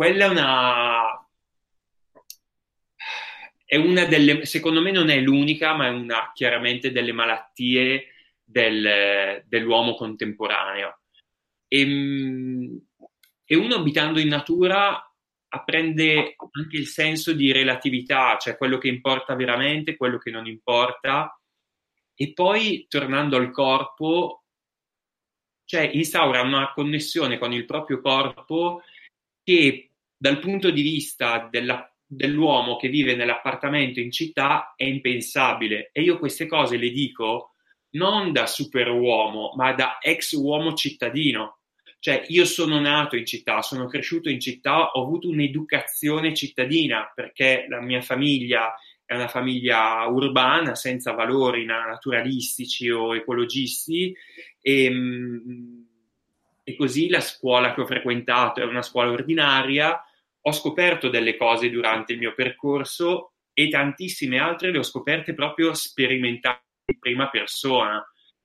è una delle, secondo me non è l'unica, ma è una chiaramente delle malattie dell'uomo contemporaneo. E uno abitando in natura apprende anche il senso di relatività, cioè quello che importa veramente, quello che non importa, e poi tornando al corpo, cioè instaura una connessione con il proprio corpo che dal punto di vista dell'uomo che vive nell'appartamento in città è impensabile. E io queste cose le dico non da superuomo, ma da ex uomo cittadino. Cioè, io sono nato in città, sono cresciuto in città, ho avuto un'educazione cittadina perché la mia famiglia è una famiglia urbana senza valori naturalistici o ecologisti, e così la scuola che ho frequentato è una scuola ordinaria. Ho scoperto delle cose durante il mio percorso e tantissime altre le ho scoperte proprio sperimentando in prima persona.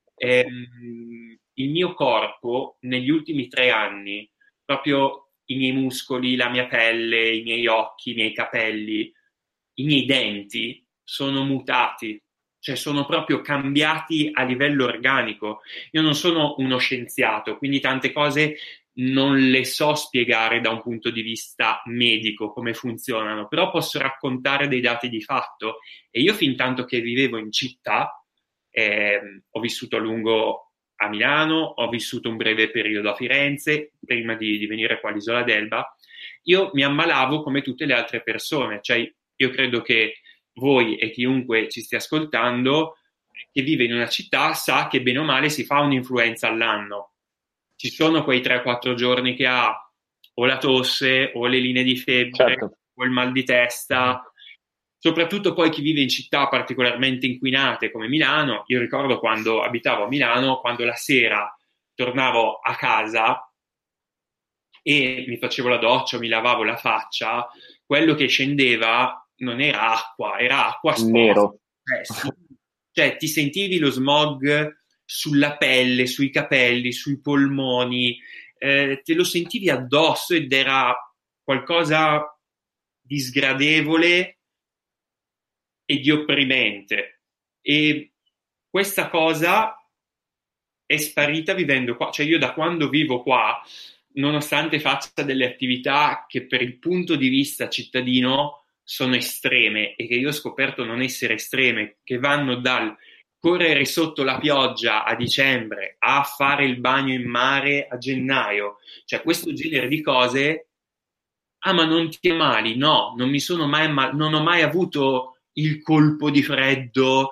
Il mio corpo negli ultimi 3 anni, proprio i miei muscoli, la mia pelle, i miei occhi, i miei capelli, i miei denti sono mutati. cioè sono proprio cambiati a livello organico. Io non sono uno scienziato, quindi tante cose non le so spiegare da un punto di vista medico come funzionano, però posso raccontare dei dati di fatto. E io fin tanto che vivevo in città, ho vissuto a lungo a Milano, ho vissuto un breve periodo a Firenze, prima di venire qua all'Isola d'Elba, io mi ammalavo come tutte le altre persone, cioè io credo che voi e chiunque ci stia ascoltando che vive in una città sa che bene o male si fa un'influenza all'anno. Ci sono quei 3-4 giorni che ha o la tosse o le linee di febbre, certo, o il mal di testa, soprattutto poi chi vive in città particolarmente inquinate come Milano. Io ricordo quando abitavo a Milano, quando la sera tornavo a casa e mi facevo la doccia, mi lavavo la faccia, quello che scendeva non era acqua, era acqua sporca. nero. Sì. Cioè ti sentivi lo smog sulla pelle, sui capelli, sui polmoni, te lo sentivi addosso ed era qualcosa di sgradevole e di opprimente. E questa cosa è sparita vivendo qua. Cioè io da quando vivo qua, nonostante faccia delle attività che per il punto di vista cittadino sono estreme e che io ho scoperto non essere estreme, che vanno dal correre sotto la pioggia a dicembre a fare il bagno in mare a gennaio, cioè questo genere di cose. Ah, ma non ti ammali? No, non mi sono mai non ho mai avuto il colpo di freddo,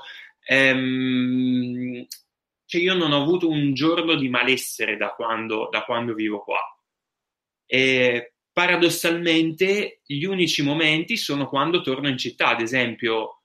cioè io non ho avuto un giorno di malessere da quando vivo qua. E paradossalmente gli unici momenti sono quando torno in città, ad esempio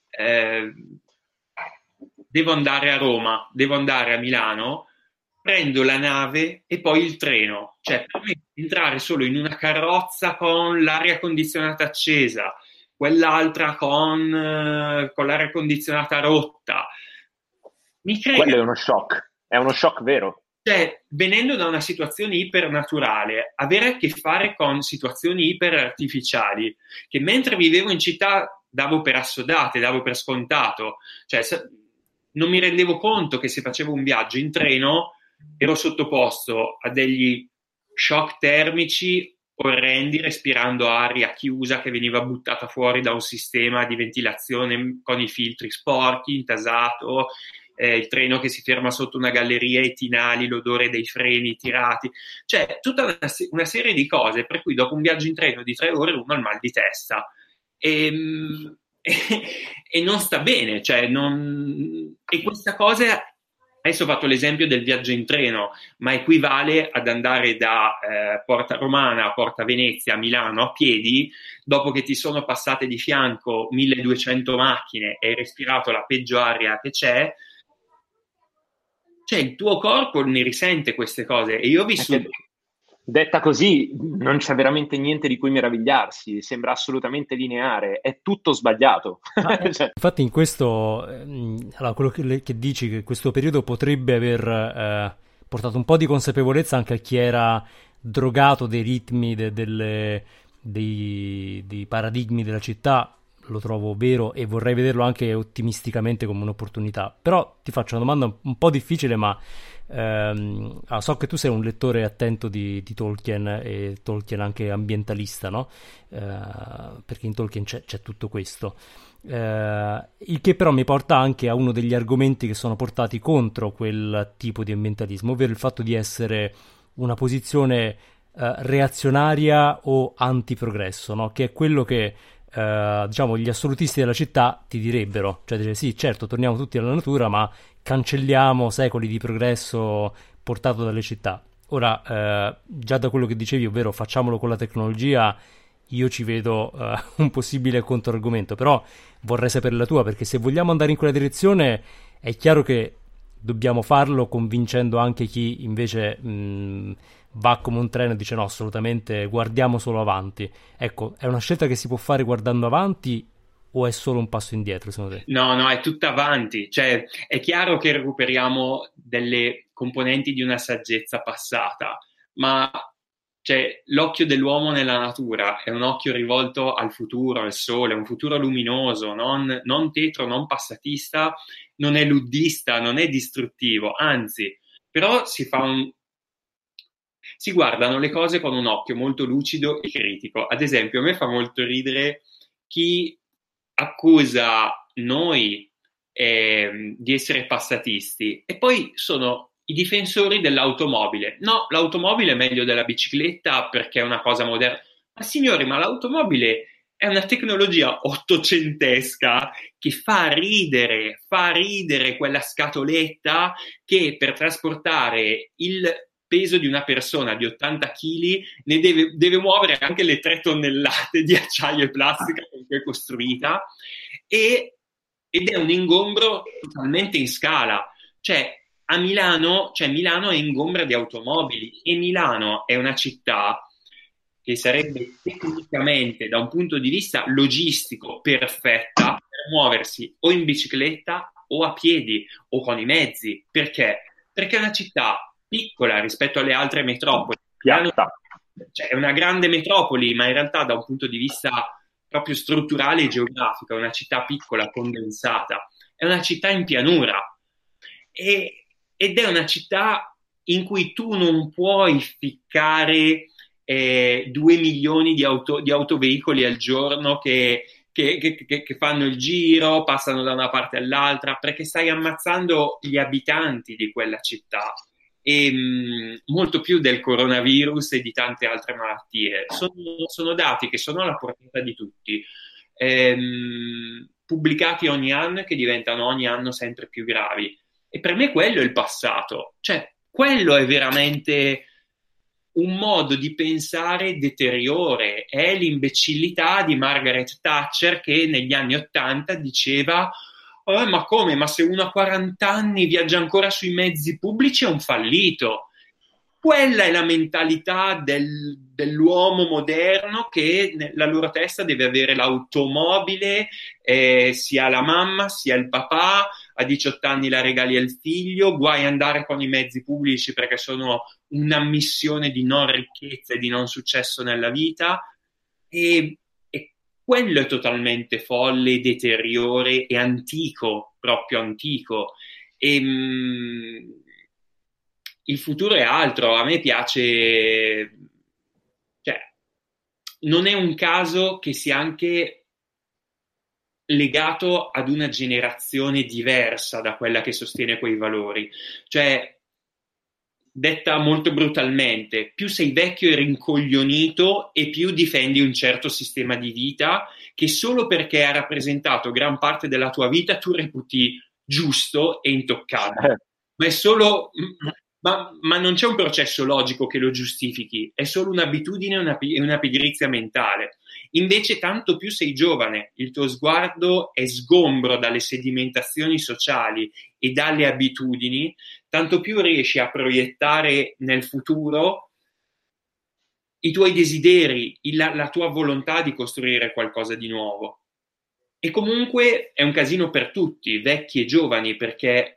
devo andare a Roma, devo andare a Milano, prendo la nave e poi il treno, cioè per me entrare solo in una carrozza con l'aria condizionata accesa, quell'altra con l'aria condizionata rotta, mi Quello crea. è uno shock vero. Cioè, venendo da una situazione ipernaturale, avere a che fare con situazioni iperartificiali, che mentre vivevo in città davo per assodate, davo per scontato, cioè non mi rendevo conto che se facevo un viaggio in treno ero sottoposto a degli shock termici orrendi respirando aria chiusa che veniva buttata fuori da un sistema di ventilazione con i filtri sporchi, intasato, il treno che si ferma sotto una galleria e ti inali l'odore dei freni tirati, cioè tutta una serie di cose per cui dopo un viaggio in treno di 3 ore uno ha il mal di testa e non sta bene, cioè e questa cosa, adesso ho fatto l'esempio del viaggio in treno, ma equivale ad andare da Porta Romana a Porta Venezia a Milano a piedi, dopo che ti sono passate di fianco 1200 macchine e hai respirato la peggio aria che c'è. Cioè il tuo corpo ne risente queste cose e io ho vissuto. Detta così non c'è veramente niente di cui meravigliarsi, sembra assolutamente lineare, è tutto sbagliato. Cioè, Infatti in questo, allora, quello che dici, che questo periodo potrebbe aver portato un po' di consapevolezza anche a chi era drogato dei ritmi, dei paradigmi della città, lo trovo vero e vorrei vederlo anche ottimisticamente come un'opportunità. Però ti faccio una domanda un po' difficile, ma so che tu sei un lettore attento di Tolkien e Tolkien anche ambientalista, no? Perché in Tolkien c'è tutto questo. Il che però mi porta anche a uno degli argomenti che sono portati contro quel tipo di ambientalismo, ovvero il fatto di essere una posizione reazionaria o antiprogresso, no? Che è quello che diciamo gli assolutisti della città ti direbbero, cioè dire sì, certo, torniamo tutti alla natura, ma cancelliamo secoli di progresso portato dalle città. Ora, già da quello che dicevi, ovvero facciamolo con la tecnologia, io ci vedo un possibile controargomento, però vorrei sapere la tua, perché se vogliamo andare in quella direzione è chiaro che dobbiamo farlo convincendo anche chi invece va come un treno e dice no, assolutamente guardiamo solo avanti. Ecco, è una scelta che si può fare guardando avanti o è solo un passo indietro secondo te? No, è tutta avanti, cioè è chiaro che recuperiamo delle componenti di una saggezza passata, ma Cioè, l'occhio dell'uomo nella natura è un occhio rivolto al futuro, al sole, un futuro luminoso, non tetro, non passatista, non è luddista, non è distruttivo, anzi, però si guardano le cose con un occhio molto lucido e critico. Ad esempio, a me fa molto ridere chi accusa noi di essere passatisti e poi sono i difensori dell'automobile. No, l'automobile è meglio della bicicletta perché è una cosa moderna. Ma signori, ma l'automobile è una tecnologia ottocentesca che fa ridere quella scatoletta che per trasportare il peso di una persona di 80 kg ne deve muovere anche le 3 tonnellate di acciaio e plastica con cui è costruita ed è un ingombro totalmente in scala. Cioè, Milano è ingombra di automobili e Milano è una città che sarebbe tecnicamente, da un punto di vista logistico, perfetta per muoversi o in bicicletta o a piedi o con i mezzi. Perché? Perché è una città piccola rispetto alle altre metropoli. Piatta. Cioè, è una grande metropoli, ma in realtà da un punto di vista proprio strutturale e geografico è una città piccola, condensata. È una città in pianura ed è una città in cui tu non puoi ficcare 2 milioni di autoveicoli al giorno che fanno il giro, passano da una parte all'altra, perché stai ammazzando gli abitanti di quella città. E molto più del coronavirus e di tante altre malattie. Sono dati che sono alla portata di tutti, pubblicati ogni anno e che diventano ogni anno sempre più gravi. E per me quello è il passato, cioè quello è veramente un modo di pensare deteriore, è l'imbecillità di Margaret Thatcher che negli anni *80 diceva ma come? Ma se uno a 40 anni viaggia ancora sui mezzi pubblici è un fallito. Quella è la mentalità dell'uomo moderno che nella loro testa deve avere l'automobile, sia la mamma sia il papà, a 18 anni la regali al figlio, guai andare con i mezzi pubblici perché sono un'ammissione di non ricchezza e di non successo nella vita. E quello è totalmente folle, deteriore e antico, proprio antico. Il futuro è altro, a me piace, cioè, non è un caso che sia anche legato ad una generazione diversa da quella che sostiene quei valori. Cioè, detta molto brutalmente, più sei vecchio e rincoglionito e più difendi un certo sistema di vita che solo perché ha rappresentato gran parte della tua vita tu reputi giusto e intoccabile. Ma è solo... Ma non c'è un processo logico che lo giustifichi, è solo un'abitudine e una pigrizia mentale. Invece tanto più sei giovane, il tuo sguardo è sgombro dalle sedimentazioni sociali e dalle abitudini, tanto più riesci a proiettare nel futuro i tuoi desideri, la tua volontà di costruire qualcosa di nuovo. E comunque è un casino per tutti, vecchi e giovani, perché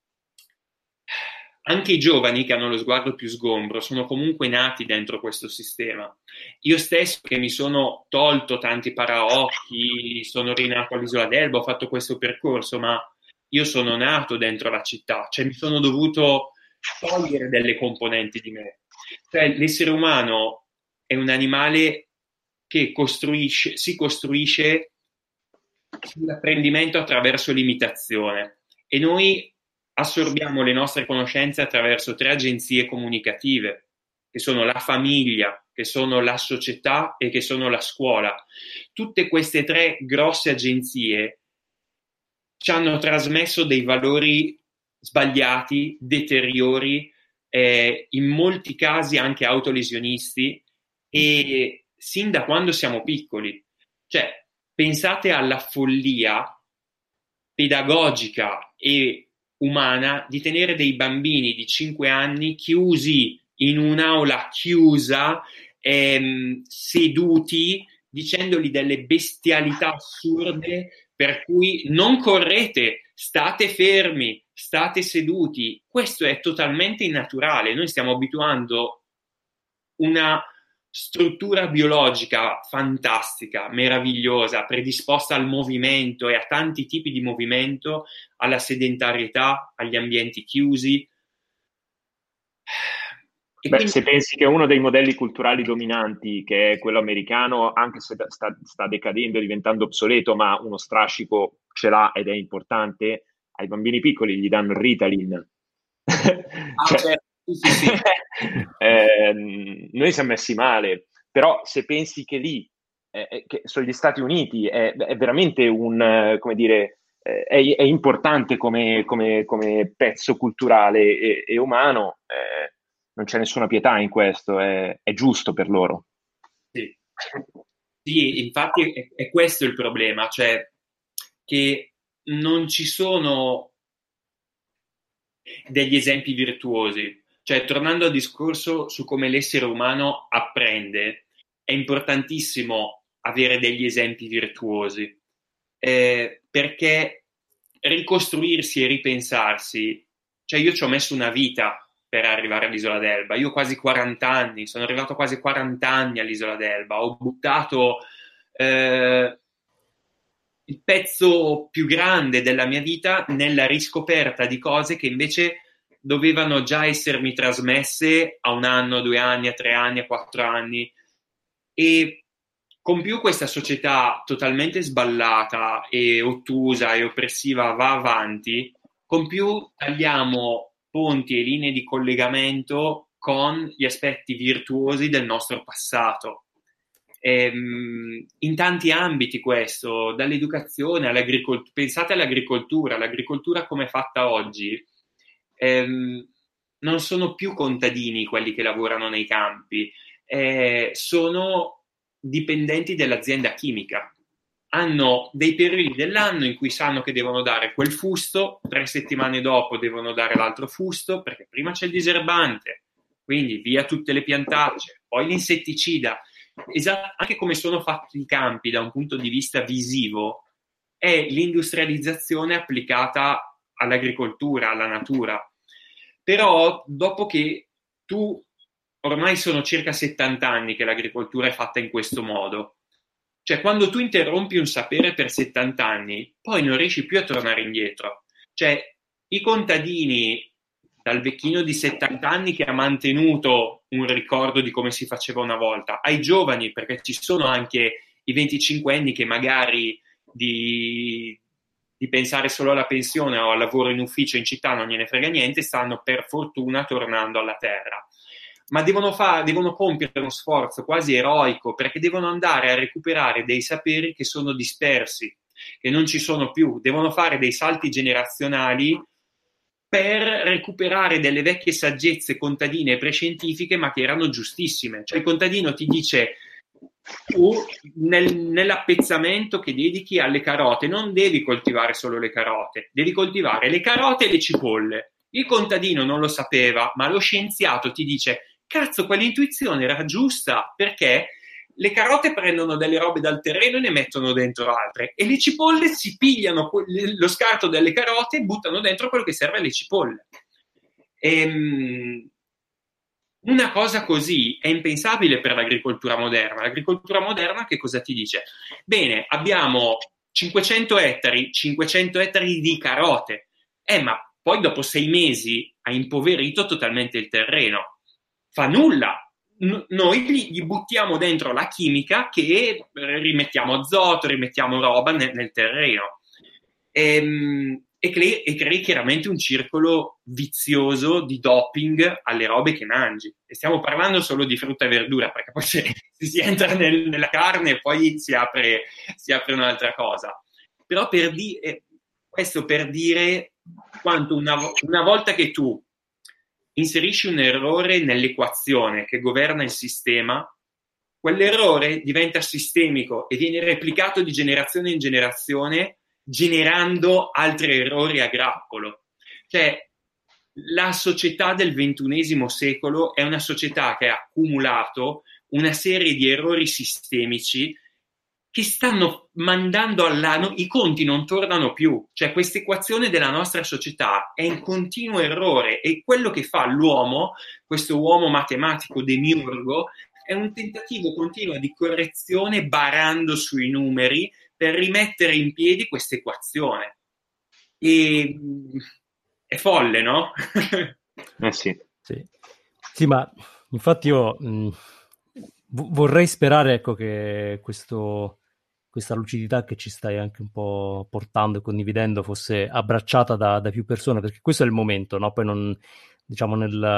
anche i giovani che hanno lo sguardo più sgombro sono comunque nati dentro questo sistema. Io stesso che mi sono tolto tanti paraocchi, sono rinato all'Isola d'Elba, ho fatto questo percorso, ma io sono nato dentro la città, cioè mi sono dovuto togliere delle componenti di me. Cioè l'essere umano è un animale che si costruisce sull'apprendimento attraverso l'imitazione e noi assorbiamo le nostre conoscenze attraverso 3 agenzie comunicative, che sono la famiglia, che sono la società e che sono la scuola. Tutte queste 3 grosse agenzie ci hanno trasmesso dei valori sbagliati, deteriori, in molti casi anche autolesionisti, e sin da quando siamo piccoli. Cioè, pensate alla follia pedagogica e umana di tenere dei bambini di 5 anni chiusi in un'aula chiusa, seduti, dicendogli delle bestialità assurde per cui non correte, state fermi, state seduti. Questo è totalmente innaturale. Noi stiamo abituando struttura biologica fantastica, meravigliosa, predisposta al movimento e a tanti tipi di movimento, alla sedentarietà, agli ambienti chiusi. Se pensi che uno dei modelli culturali dominanti, che è quello americano, anche se sta decadendo, diventando obsoleto, ma uno strascico ce l'ha ed è importante, ai bambini piccoli gli danno il Ritalin. Certo. Sì. Noi siamo messi male, però se pensi che lì, che sugli Stati Uniti, è veramente come dire, è importante come pezzo culturale e umano, non c'è nessuna pietà in questo, è giusto per loro. Sì, infatti è questo il problema, cioè che non ci sono degli esempi virtuosi. Cioè, tornando al discorso su come l'essere umano apprende, è importantissimo avere degli esempi virtuosi, perché ricostruirsi e ripensarsi, cioè io ci ho messo una vita per arrivare all'Isola d'Elba. Io ho quasi 40 anni, sono arrivato quasi 40 anni all'Isola d'Elba, ho buttato il pezzo più grande della mia vita nella riscoperta di cose che invece dovevano già essermi trasmesse a 1 anno, a 2 anni, a 3 anni, a 4 anni. E con più questa società totalmente sballata e ottusa e oppressiva va avanti, con più tagliamo ponti e linee di collegamento con gli aspetti virtuosi del nostro passato. In tanti ambiti questo, dall'educazione all'agricoltura. Pensate l'agricoltura come è fatta oggi, non sono più contadini quelli che lavorano nei campi, sono dipendenti dell'azienda chimica. Hanno dei periodi dell'anno in cui sanno che devono dare quel fusto, 3 settimane dopo devono dare l'altro fusto, perché prima c'è il diserbante, quindi via tutte le piantacce, poi l'insetticida. Anche come sono fatti i campi da un punto di vista visivo, è l'industrializzazione applicata all'agricoltura, alla natura. Però dopo che ormai sono circa 70 anni che l'agricoltura è fatta in questo modo, cioè quando tu interrompi un sapere per 70 anni, poi non riesci più a tornare indietro. Cioè i contadini, dal vecchino di 70 anni che ha mantenuto un ricordo di come si faceva una volta, ai giovani, perché ci sono anche i 25 anni che magari di pensare solo alla pensione o al lavoro in ufficio in città non gliene frega niente, stanno per fortuna tornando alla terra. Ma devono compiere uno sforzo quasi eroico, perché devono andare a recuperare dei saperi che sono dispersi, che non ci sono più, devono fare dei salti generazionali per recuperare delle vecchie saggezze contadine e prescientifiche, ma che erano giustissime. Cioè il contadino ti dice: tu nell'appezzamento che dedichi alle carote non devi coltivare solo le carote, devi coltivare le carote e le cipolle. Il contadino non lo sapeva, ma lo scienziato ti dice: cazzo, quell'intuizione era giusta, perché le carote prendono delle robe dal terreno e ne mettono dentro altre, e le cipolle si pigliano lo scarto delle carote e buttano dentro quello che serve alle cipolle. Una cosa così è impensabile per l'agricoltura moderna. L'agricoltura moderna che cosa ti dice? Bene, abbiamo 500 ettari di carote, ma poi dopo 6 mesi ha impoverito totalmente il terreno. Fa nulla. Noi gli buttiamo dentro la chimica, che rimettiamo azoto, rimettiamo roba nel terreno, e crei chiaramente un circolo vizioso di doping alle robe che mangi. E stiamo parlando solo di frutta e verdura, perché poi si entra nella carne e poi si apre un'altra cosa. Però questo per dire quanto una volta che tu inserisci un errore nell'equazione che governa il sistema, quell'errore diventa sistemico e viene replicato di generazione in generazione, generando altri errori a grappolo. Cioè, la società del XXI secolo è una società che ha accumulato una serie di errori sistemici che stanno mandando all'anno, i conti non tornano più. Cioè, questa equazione della nostra società è in continuo errore, e quello che fa l'uomo, questo uomo matematico demiurgo, è un tentativo continuo di correzione barando sui numeri per rimettere in piedi questa equazione. E è folle, no? Sì. Sì, ma infatti io vorrei sperare, ecco, che questa lucidità che ci stai anche un po' portando e condividendo fosse abbracciata da più persone, perché questo è il momento, no? Poi non, diciamo,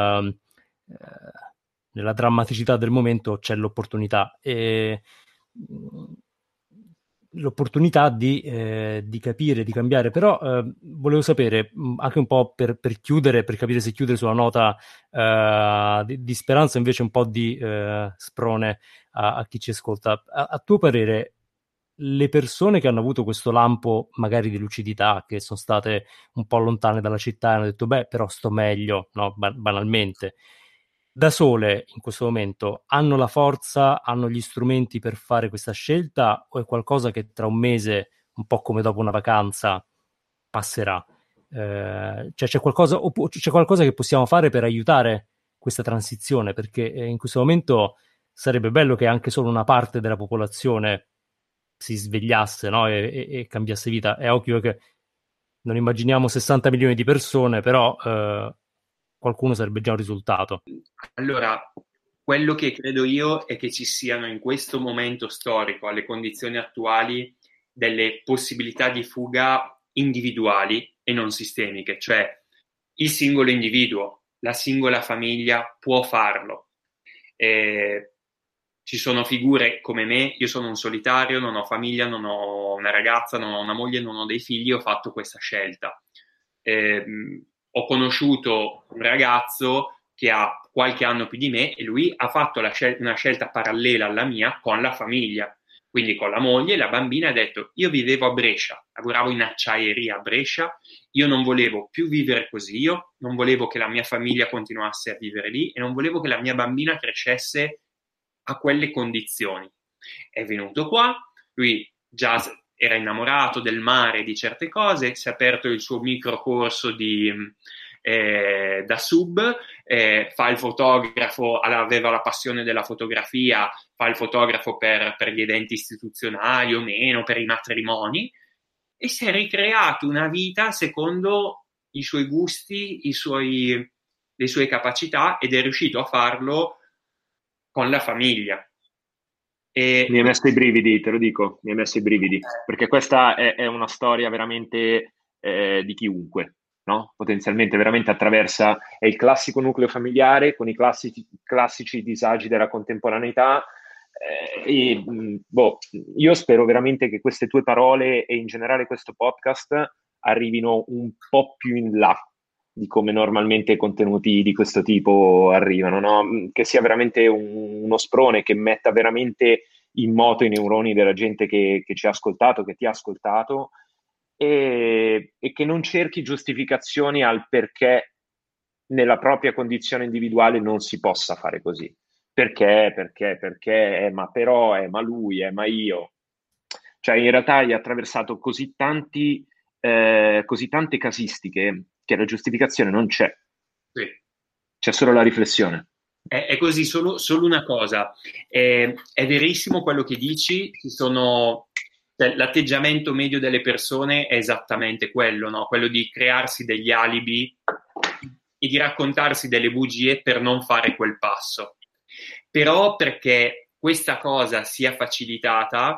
nella drammaticità del momento c'è l'opportunità e l'opportunità di capire, di cambiare, però volevo sapere anche un po' per chiudere, per capire se chiudere sulla nota di speranza, invece un po' di sprone a chi ci ascolta. A tuo parere, le persone che hanno avuto questo lampo magari di lucidità, che sono state un po' lontane dalla città e hanno detto beh, però sto meglio, no? Banalmente, da sole in questo momento hanno la forza, hanno gli strumenti per fare questa scelta, o è qualcosa che tra un mese, un po' come dopo una vacanza, passerà? Cioè c'è qualcosa che possiamo fare per aiutare questa transizione? Perché in questo momento sarebbe bello che anche solo una parte della popolazione si svegliasse, no? E cambiasse vita. È ovvio che non immaginiamo 60 milioni di persone, però qualcuno sarebbe già un risultato. Allora, quello che credo io è che ci siano in questo momento storico, alle condizioni attuali, delle possibilità di fuga individuali e non sistemiche, cioè il singolo individuo, la singola famiglia può farlo. Ci sono figure come me, io sono un solitario, non ho famiglia, non ho una ragazza, non ho una moglie, non ho dei figli, ho fatto questa scelta. Ho conosciuto un ragazzo che ha qualche anno più di me e lui ha fatto una scelta parallela alla mia con la famiglia, quindi con la moglie e la bambina. Ha detto: io vivevo a Brescia, lavoravo in acciaieria a Brescia, io non volevo più vivere così, io non volevo che la mia famiglia continuasse a vivere lì e non volevo che la mia bambina crescesse a quelle condizioni. È venuto qua, lui già era innamorato del mare, di certe cose, si è aperto il suo microcorso da sub, fa il fotografo, aveva la passione della fotografia, fa il fotografo per gli eventi istituzionali o meno, per i matrimoni, e si è ricreato una vita secondo i suoi gusti, le sue capacità, ed è riuscito a farlo con la famiglia. Mi hai messo i brividi, te lo dico, mi hai messo i brividi, perché questa è una storia veramente di chiunque, no? Potenzialmente veramente attraversa, è il classico nucleo familiare con i classici disagi della contemporaneità. Io spero veramente che queste tue parole e in generale questo podcast arrivino un po' più in là di come normalmente contenuti di questo tipo arrivano, no? Che sia veramente uno sprone che metta veramente in moto i neuroni della gente che ci ha ascoltato, che ti ha ascoltato, e che non cerchi giustificazioni al perché nella propria condizione individuale non si possa fare così. Perché, ma però, ma lui, ma io. Cioè, in realtà hai attraversato così tante casistiche che la giustificazione non c'è. Sì. C'è solo la riflessione. È così, solo una cosa. È verissimo quello che dici, l'atteggiamento medio delle persone è esattamente quello, no? Quello di crearsi degli alibi e di raccontarsi delle bugie per non fare quel passo. Però perché questa cosa sia facilitata,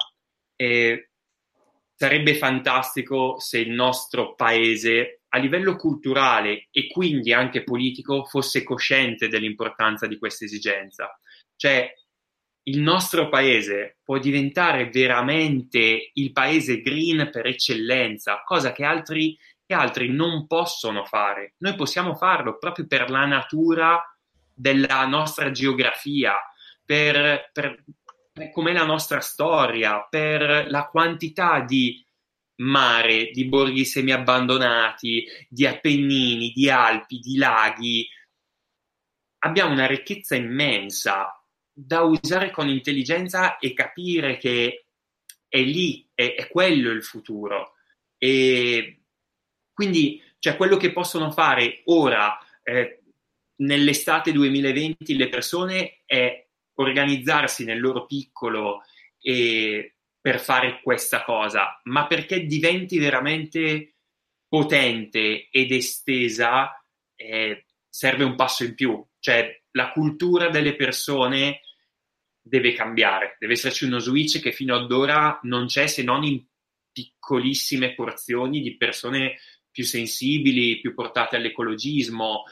sarebbe fantastico se il nostro paese, a livello culturale e quindi anche politico, fosse cosciente dell'importanza di questa esigenza. Cioè, il nostro paese può diventare veramente il paese green per eccellenza, cosa che altri non possono fare. Noi possiamo farlo proprio per la natura della nostra geografia, per com'è la nostra storia, per la quantità di mare, di borghi semiabbandonati, di Appennini, di Alpi, di laghi. Abbiamo una ricchezza immensa da usare con intelligenza e capire che è lì, è quello il futuro. E quindi, cioè, quello che possono fare ora, nell'estate 2020, le persone è organizzarsi nel loro piccolo e per fare questa cosa, ma perché diventi veramente potente ed estesa, serve un passo in più. Cioè, la cultura delle persone deve cambiare, deve esserci uno switch che fino ad ora non c'è, se non in piccolissime porzioni di persone più sensibili, più portate all'ecologismo,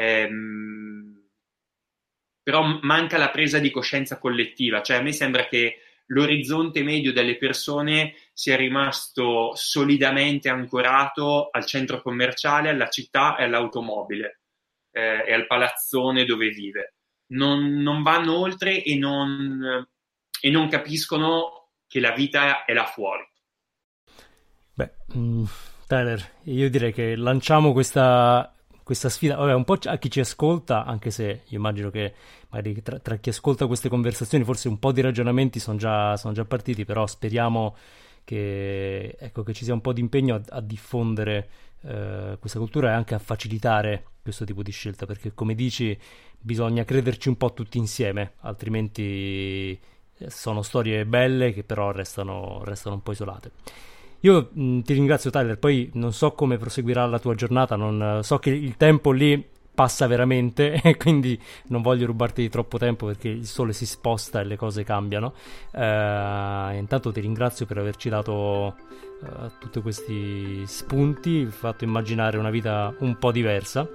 però manca la presa di coscienza collettiva. Cioè, a me sembra che l'orizzonte medio delle persone sia rimasto solidamente ancorato al centro commerciale, alla città e all'automobile, e al palazzone dove vive. Non vanno oltre e non capiscono che la vita è là fuori. Beh, Tyler, io direi che lanciamo questa sfida, vabbè, un po' a chi ci ascolta, anche se io immagino che magari tra chi ascolta queste conversazioni forse un po' di ragionamenti sono già partiti, però speriamo che ci sia un po' di impegno a diffondere questa cultura e anche a facilitare questo tipo di scelta, perché come dici bisogna crederci un po' tutti insieme, altrimenti sono storie belle che però restano un po' isolate. Io ti ringrazio, Tyler, poi non so come proseguirà la tua giornata, non so che il tempo lì passa veramente e quindi non voglio rubarti troppo tempo perché il sole si sposta e le cose cambiano. Intanto ti ringrazio per averci dato tutti questi spunti, fatto immaginare una vita un po' diversa,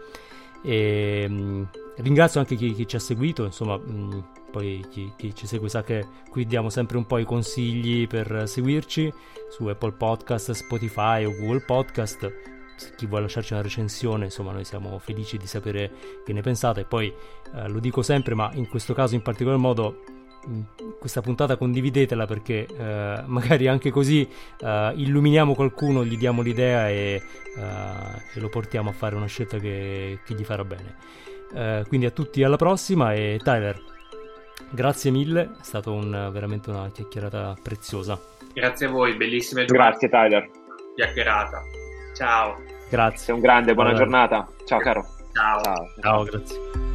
e ringrazio anche chi ci ha seguito, insomma. Poi chi ci segue sa che qui diamo sempre un po' i consigli per seguirci su Apple Podcast, Spotify o Google Podcast. Se chi vuole lasciarci una recensione, insomma, noi siamo felici di sapere che ne pensate. Poi lo dico sempre, ma in questo caso in particolar modo questa puntata condividetela, perché magari anche così illuminiamo qualcuno, gli diamo l'idea e lo portiamo a fare una scelta che gli farà bene. Quindi a tutti, alla prossima. E Tyler, grazie mille, è stato veramente una chiacchierata preziosa. Grazie a voi, bellissime Grazie giornate. Tyler. Chiacchierata. Ciao. Grazie. Sei un grande, buona giornata. Ciao caro. Ciao. Ciao, grazie.